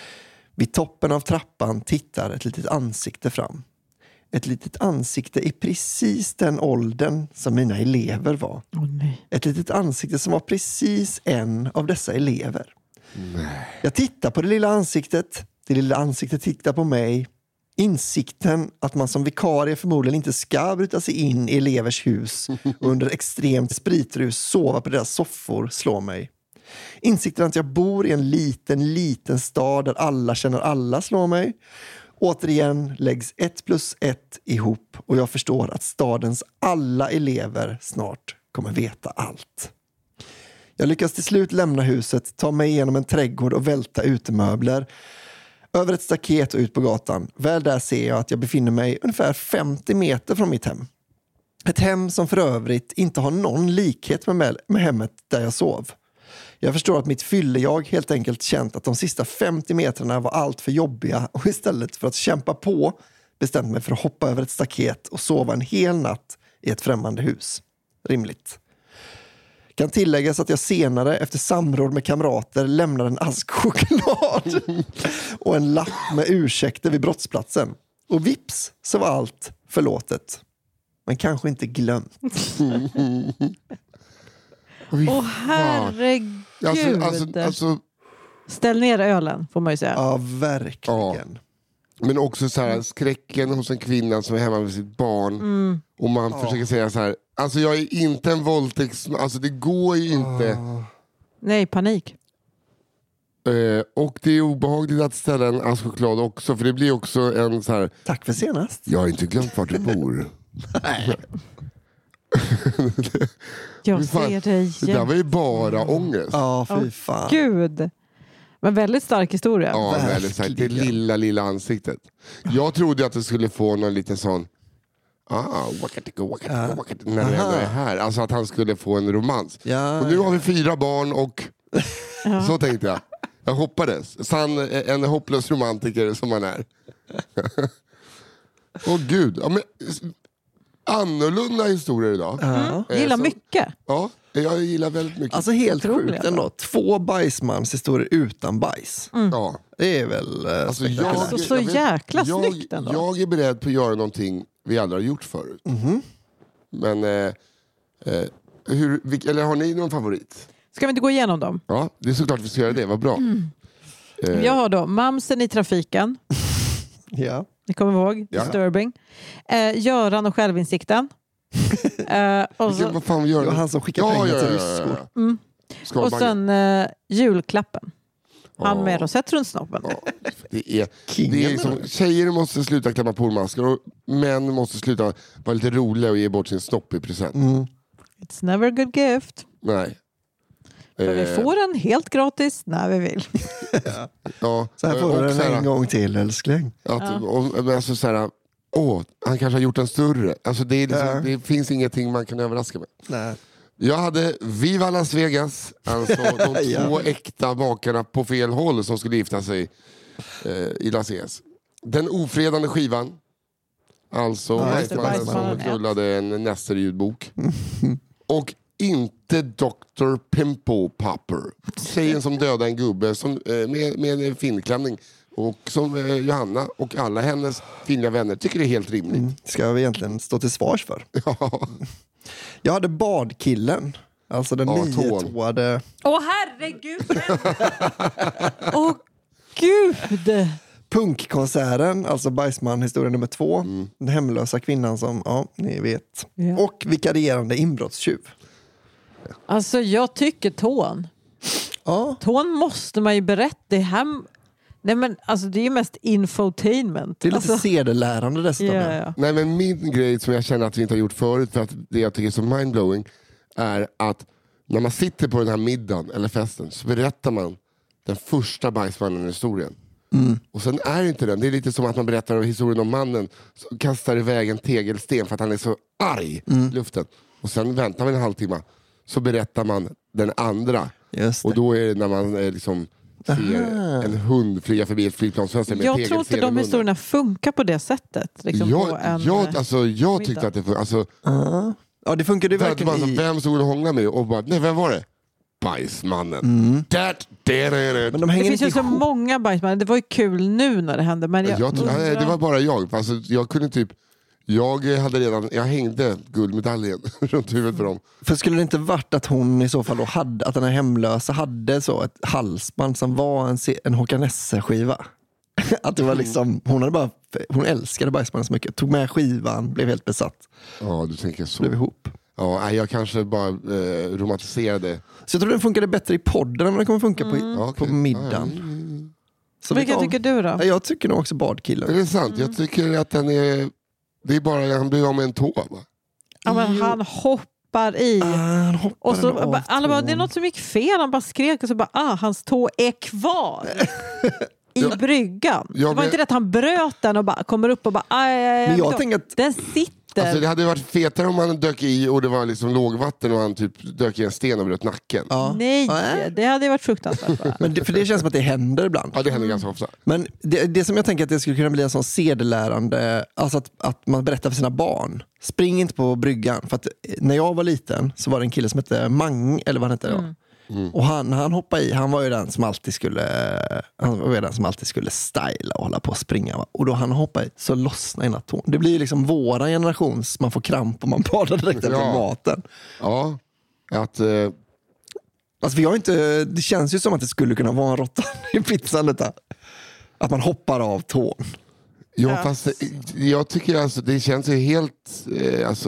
Vid toppen av trappan tittar ett litet ansikte fram. Ett litet ansikte i precis den åldern som mina elever var. Oh, nej. Ett litet ansikte som var precis en av dessa elever. Nej. Jag tittar på det lilla ansiktet. Det lilla ansiktet tittar på mig. Insikten att man som vikarie förmodligen inte ska bryta sig in i elevers hus och under extremt spritrus sova på deras soffor slår mig. Insikten att jag bor i en liten, liten stad där alla känner alla slår mig. Återigen läggs ett plus ett ihop och jag förstår att stadens alla elever snart kommer veta allt. Jag lyckas till slut lämna huset, ta mig igenom en trädgård och välta utemöbler. Över ett staket och ut på gatan. Väl där ser jag att jag befinner mig ungefär femtio meter från mitt hem. Ett hem som för övrigt inte har någon likhet med, med hemmet där jag sov. Jag förstår att mitt fyllejag helt enkelt känt att de sista femtio metrarna var allt för jobbiga och istället för att kämpa på bestämde mig för att hoppa över ett staket och sova en hel natt i ett främmande hus. Rimligt. Kan tilläggas att jag senare efter samråd med kamrater lämnade en ask choklad och en lapp med ursäkter vid brottsplatsen. Och vips så var allt förlåtet. Men kanske inte glömt. Åh oh, herregud. Alltså, alltså, alltså, ställ ner ölen får man ju säga. Ja, verkligen. Ja. Men också så här, skräcken hos en kvinna som är hemma med sitt barn. Mm. Och man ja. försöker säga så här. Alltså jag är inte en våldtäkts... Alltså det går ju inte. Ja. Nej, panik. Eh, och det är obehagligt att ställa en ask choklad också. För det blir också en så här... Tack för senast. Jag har inte glömt vart du bor. Nej. Jag ser dig. Det där var ju bara ångest. Ja, fy fan. Gud. Men väldigt stark historia. Ja, Verkligen. väldigt starkt. Det lilla, lilla ansiktet. Jag trodde att det skulle få någon liten sån... Ah, wakatiko, wakatiko, wakatiko, när det ändå är här. Alltså att han skulle få en romans. Ja, och nu har vi fyra barn och... Så tänkte jag. Jag hoppades. Sann, en hopplös romantiker som han är. Åh gud. Ja, men, annorlunda historier idag. Mm. Gillar så, mycket. Ja, jag gillar väldigt mycket. Alltså helt Otroliga, sjukt ändå. Två bajsmans historier utan bajs. Mm. Ja. Det är väl eh, Alltså, spektakulärt. Alltså, så jag vet- jäkla jag, snyggt ändå. Jag är beredd på att göra någonting vi aldrig har gjort förut. Mhm. Men, eh, eh, hur, vilk, eller har ni någon favorit? Ska vi inte gå igenom dem? Ja, det är såklart vi ska göra det. Vad bra. Eh, Jag har då Mamsen i trafiken. Ja. Ni kommer ihåg? Ja. Disturbing. Eh, Göran och självinsikten. eh, och, vilken, så, vad fan gör Det var du? han som skickade pengar till ryskor. mm. Skalbagge. och sen eh, julklappen. Han Ja. med rosett runt snoppen. Ja, det är, Kingen, det är liksom, eller? tjejer måste sluta klämma pormaskar och män måste sluta vara lite roliga och ge bort sin snopp i present. Mm. It's never a good gift. Nej. För vi Eh, får den helt gratis när vi vill. ja. Så här får Och du den så här, en gång till, älskling. Att, och, men alltså så här, åh, han kanske har gjort en större. Alltså det, är liksom, Ja. det finns ingenting man kan överraska med. Nej. Jag hade Viva Las Vegas, alltså de Ja. två äkta makarna på fel håll som skulle gifta sig eh, i Las Vegas. Den ofredande skivan, alltså Ja, just det, Bajsmannen som Bajsmannen ett. knullade en Nester-ljudbok. Och inte doktor Pimple Popper, tjejen som dödade en gubbe som, eh, med, med en finklänning. Och som eh, Johanna och alla hennes kvinnliga vänner tycker det är helt rimligt. Mm. Ska vi egentligen stå till svars för? Ja. Jag hade badkillen. Alltså den Ja, tån. niotåade... Åh herregud! Åh gud! Punkkonserten, alltså Bajsman historia nummer två. Mm. Den hemlösa kvinnan som, ja, ni vet. Ja. Och vikarierande inbrottstjuv. Alltså jag tycker tån. Ja, Tån måste man ju berätta. Det här... Nej men alltså det är ju mest infotainment. det är lite alltså, sedelärande dessutom. ja, ja. Nej, men min grej som jag känner att vi inte har gjort förut, för att det jag tycker är så mindblowing, är att när man sitter på den här middagen eller festen så berättar man den första bajsmannen i historien. Mm. Och sen är det inte den. Det är lite som att man berättar historien om mannen som kastar iväg en tegelsten för att han är så arg Mm. i luften. Och sen väntar man en halvtimme så berättar man den andra. Just det. Och då är det när man eh, liksom ser Aha. en hund flyga förbi ett flygplansfönster med en Jag tror tegelsten inte i de munnen. historierna funkar på det sättet. Liksom på Jag, en, jag, alltså, jag tyckte middag. att det... Alltså, Ja. Ja, det funkar ju för att det verkligen bara, i... vem stod och hånglade med? Och bara, nej, vem var det? Bajsmannen. Mm. That, that, that. Men de det hänger finns ju inte så ihop. många bajsmän. Det var ju kul nu när det hände. Men jag, Jag, undrar... nej, det var bara jag. Alltså, jag kunde typ... Jag hade redan... Jag hängde guldmedaljen runt huvudet för dem. För skulle det inte varit att hon i så fall då hade, att den här hemlösa hade så ett halsband som var en, se- en Håkan Nesse-skiva? Att det var liksom, hon hade bara, hon älskade Bajsmannen så mycket. Tog med skivan, blev helt besatt. Ja, du tänker så. Blev ihop. Ja, nej, jag kanske bara eh, romantiserade. Så jag tror den funkade bättre i podden än vad den kommer funka på, Ja, okej. på middagen. Ja, ja, Så vi Vilka tar- tycker du då? Ja, jag tycker nog också ja. badkillen. Är det sant? Jag tycker att den är... Det är bara han blir av med en tå, va? Ja, men Jo. han hoppar i. Ah, han hoppade Och så, av bara, alla bara, tån. det är något som gick fel. Han bara skrek och så bara, ah, hans tå är kvar. I Ja. bryggan. Ja, det var men- inte det att han bröt den och bara kommer upp och bara, aj, aj, aj, Men jag då. tänker att Den sitter. Alltså, det hade varit fetare om han dök i och det var liksom lågvatten och han typ dök i en sten och bröt nacken. Ja, ja. Nej, Nej. det hade ju varit fruktansvärt. bara. Men det, för det känns som att det händer ibland. det händer ganska ofta. Men det, det som jag tänker att det skulle kunna bli en sån sedelärande, alltså att, att man berättar för sina barn. Spring inte på bryggan. För att när jag var liten så var det en kille som hette Mang, eller vad han hette då. Mm. Mm. Och han, när han hoppade i, han var ju den som alltid skulle han var ju den som alltid skulle styla och hålla på och springa. Va? Och då han hoppade i så lossnade ena tån. Det blir ju liksom våra generations, man får kramp om man badar direkt efter Ja. maten. Ja, att... Eh, Alltså för jag är inte, det känns ju som att det skulle kunna vara en råtta i pizzan detta. Att man hoppar av tån. ja, Ja. fast eh, jag tycker alltså det känns ju helt... Eh, alltså,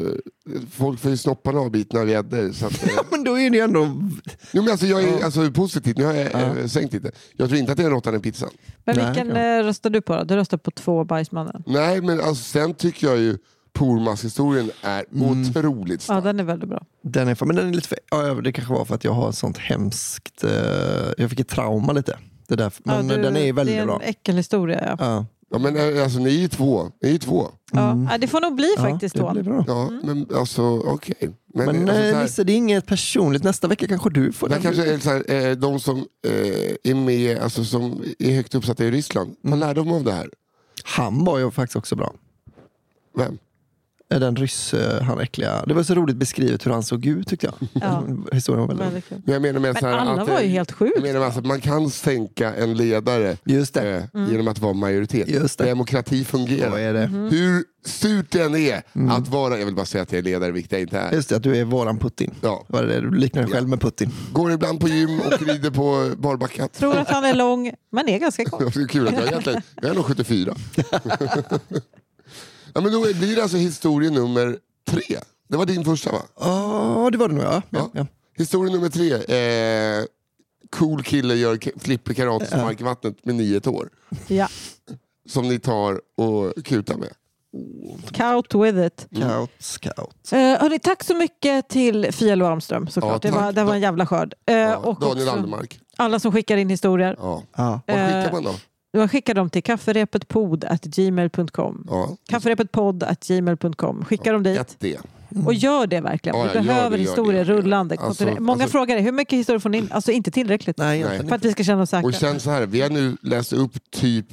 folk får ju snopparna avbitna av gäddor. Så att, eh, Men då är det ju ändå... jo, men alltså, jag är Ja. alltså, positivt, nu har jag eh, sänkt lite. Jag tror inte att det är råttan i pizzan. Men Nej, vilken okej. eh, röstar du på då? Du röstar på två bajsmannen. Nej, men alltså, sen tycker jag ju Pormask-historien är mm. otroligt stark. Ja, den är väldigt bra. Den är, men den är lite för, ja, det kanske var för att jag har ett sånt hemskt... Eh, jag fick ett trauma lite. Det där, men ja, du, den är väldigt bra. Det är en äckelhistoria, ja. ja. Ja, men alltså ni är ju två. Ni är ju två. Mm. Ja, det får nog bli ja, faktiskt då. Ja, mm. men alltså okej. Okay. Men, men alltså, här, Nisse, det är inget personligt. Nästa vecka kanske du får det. Det kanske är så här, eh, de som eh, är med, alltså som är högt uppsatta i Ryssland. Man lär dem av det här. Han var ju faktiskt också bra. Vem? Den ryss, han äckliga. Det var så roligt beskrivet hur han såg ut, tyckte jag. Ja. Historien var väldigt kul. Men, jag menar med men så här alla att, var ju helt sjukt. Jag menar alltså att man kan sänka en ledare Just det. Eh, mm. genom att vara majoritet. Just det. Demokrati fungerar. Är det. Mm. Hur surt det än är mm. att vara, jag vill bara säga att jag är ledare, vilket jag inte är. Just det, att du är våran Putin. Ja. Var det, du liknar dig själv ja. med Putin. Går ibland på gym och rider på barbacka. Tror att han är lång, men är ganska kort. Det är kul att jag egentligen, jag är nog sjuttiofyra. Ja, men då blir det alltså historia nummer tre. Det var din första, va? Ja, det var det nog, ja. ja. ja. Historia nummer tre. Eh, cool kille gör flipper karate som mark i vattnet med nio år. Ja. Som ni tar och kutar med. Count with it. Mm. Count, scout. Uh, hörni, tack så mycket till Fia Lo Armström, såklart. Ja, det, var, det var en jävla skörd. Uh, ja, och Daniel också Aldermark. Alla som skickar in historier. Ja. Ja. Vad skickar man då? Man skickar dem till kafferepetpod at gmail punkt com. Ja. Kafferepetpodd at gmail punkt com. Skickar ja. dem dit. Ett D. Mm. Och gör det verkligen. Ja, vi ja, behöver det, historier det, det. rullande. Alltså, Många alltså, frågar är hur mycket historier får ni in? Alltså inte tillräckligt. Nej, Nej. För att vi ska känna oss säkra. Och sen så här, vi har nu läst upp typ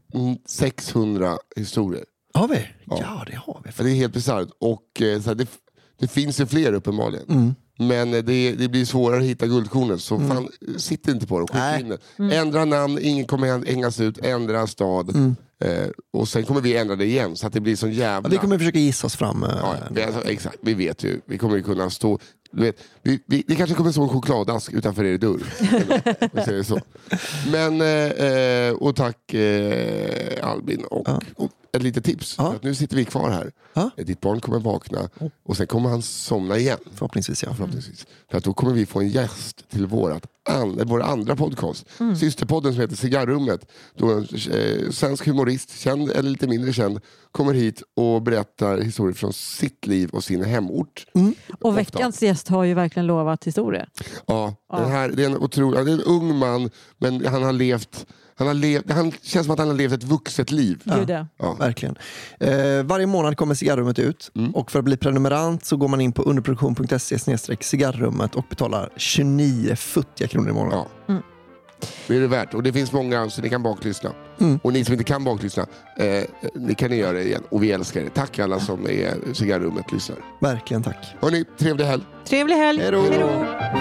sexhundra historier. Har vi? Ja, ja det har vi. För det är helt bisarrt. Och eh, så här, det, det finns ju fler uppenbarligen. Mm. Men det, det blir svårare att hitta guldkornen. Så mm. fan, sitt inte på det och skicka in det. Mm. Ändra namn, ingen kommer hängas ut. Ändra stad. Mm. Eh, och sen kommer vi ändra det igen. Så att det blir sån jävla... Ja, vi kommer försöka gissa oss fram. Eh, ja, vi, alltså, exakt, vi vet ju. Vi kommer ju kunna stå... Du vet, vi, vi, det kanske kommer stå en chokladask utanför er dörr. Vi säger så. Men, eh, och tack eh, Albin. Och, ja. och ett litet tips. Ja. För att nu sitter vi kvar här. Ja. Ditt barn kommer vakna. Och sen kommer han somna igen. Förhoppningsvis, ja. Förhoppningsvis. För att då kommer vi få en gäst till vårat an, vår andra podcast. Mm. Systerpodden som heter Cigarrummet. Då en eh, svensk humorist, känd eller lite mindre känd, kommer hit och berättar historier från sitt liv och sin hemort. Mm. Och veckans ofta. Gäst har ju verkligen lovat historier. Ja, ja. Den här, det är en otrolig, det är en ung man, men han har levt... Han, har levt, han känns som att han har levt ett vuxet liv. Ja, ja. Verkligen. Eh, varje månad kommer Cigarrummet ut. Mm. Och för att bli prenumerant så går man in på underproduktion punkt se snedstreck cigarrummet och betalar tjugonio futtiga kronor i månaden. Ja. Mm. Det är det värt. Och det finns många så ni kan baklyssna. Mm. Och ni som inte kan baklyssna, eh, ni kan ni göra det igen. Och vi älskar det. Tack alla som är Cigarrummet lyssnar. Verkligen tack. Hörrni, trevlig helg. Trevlig helg. Hej då.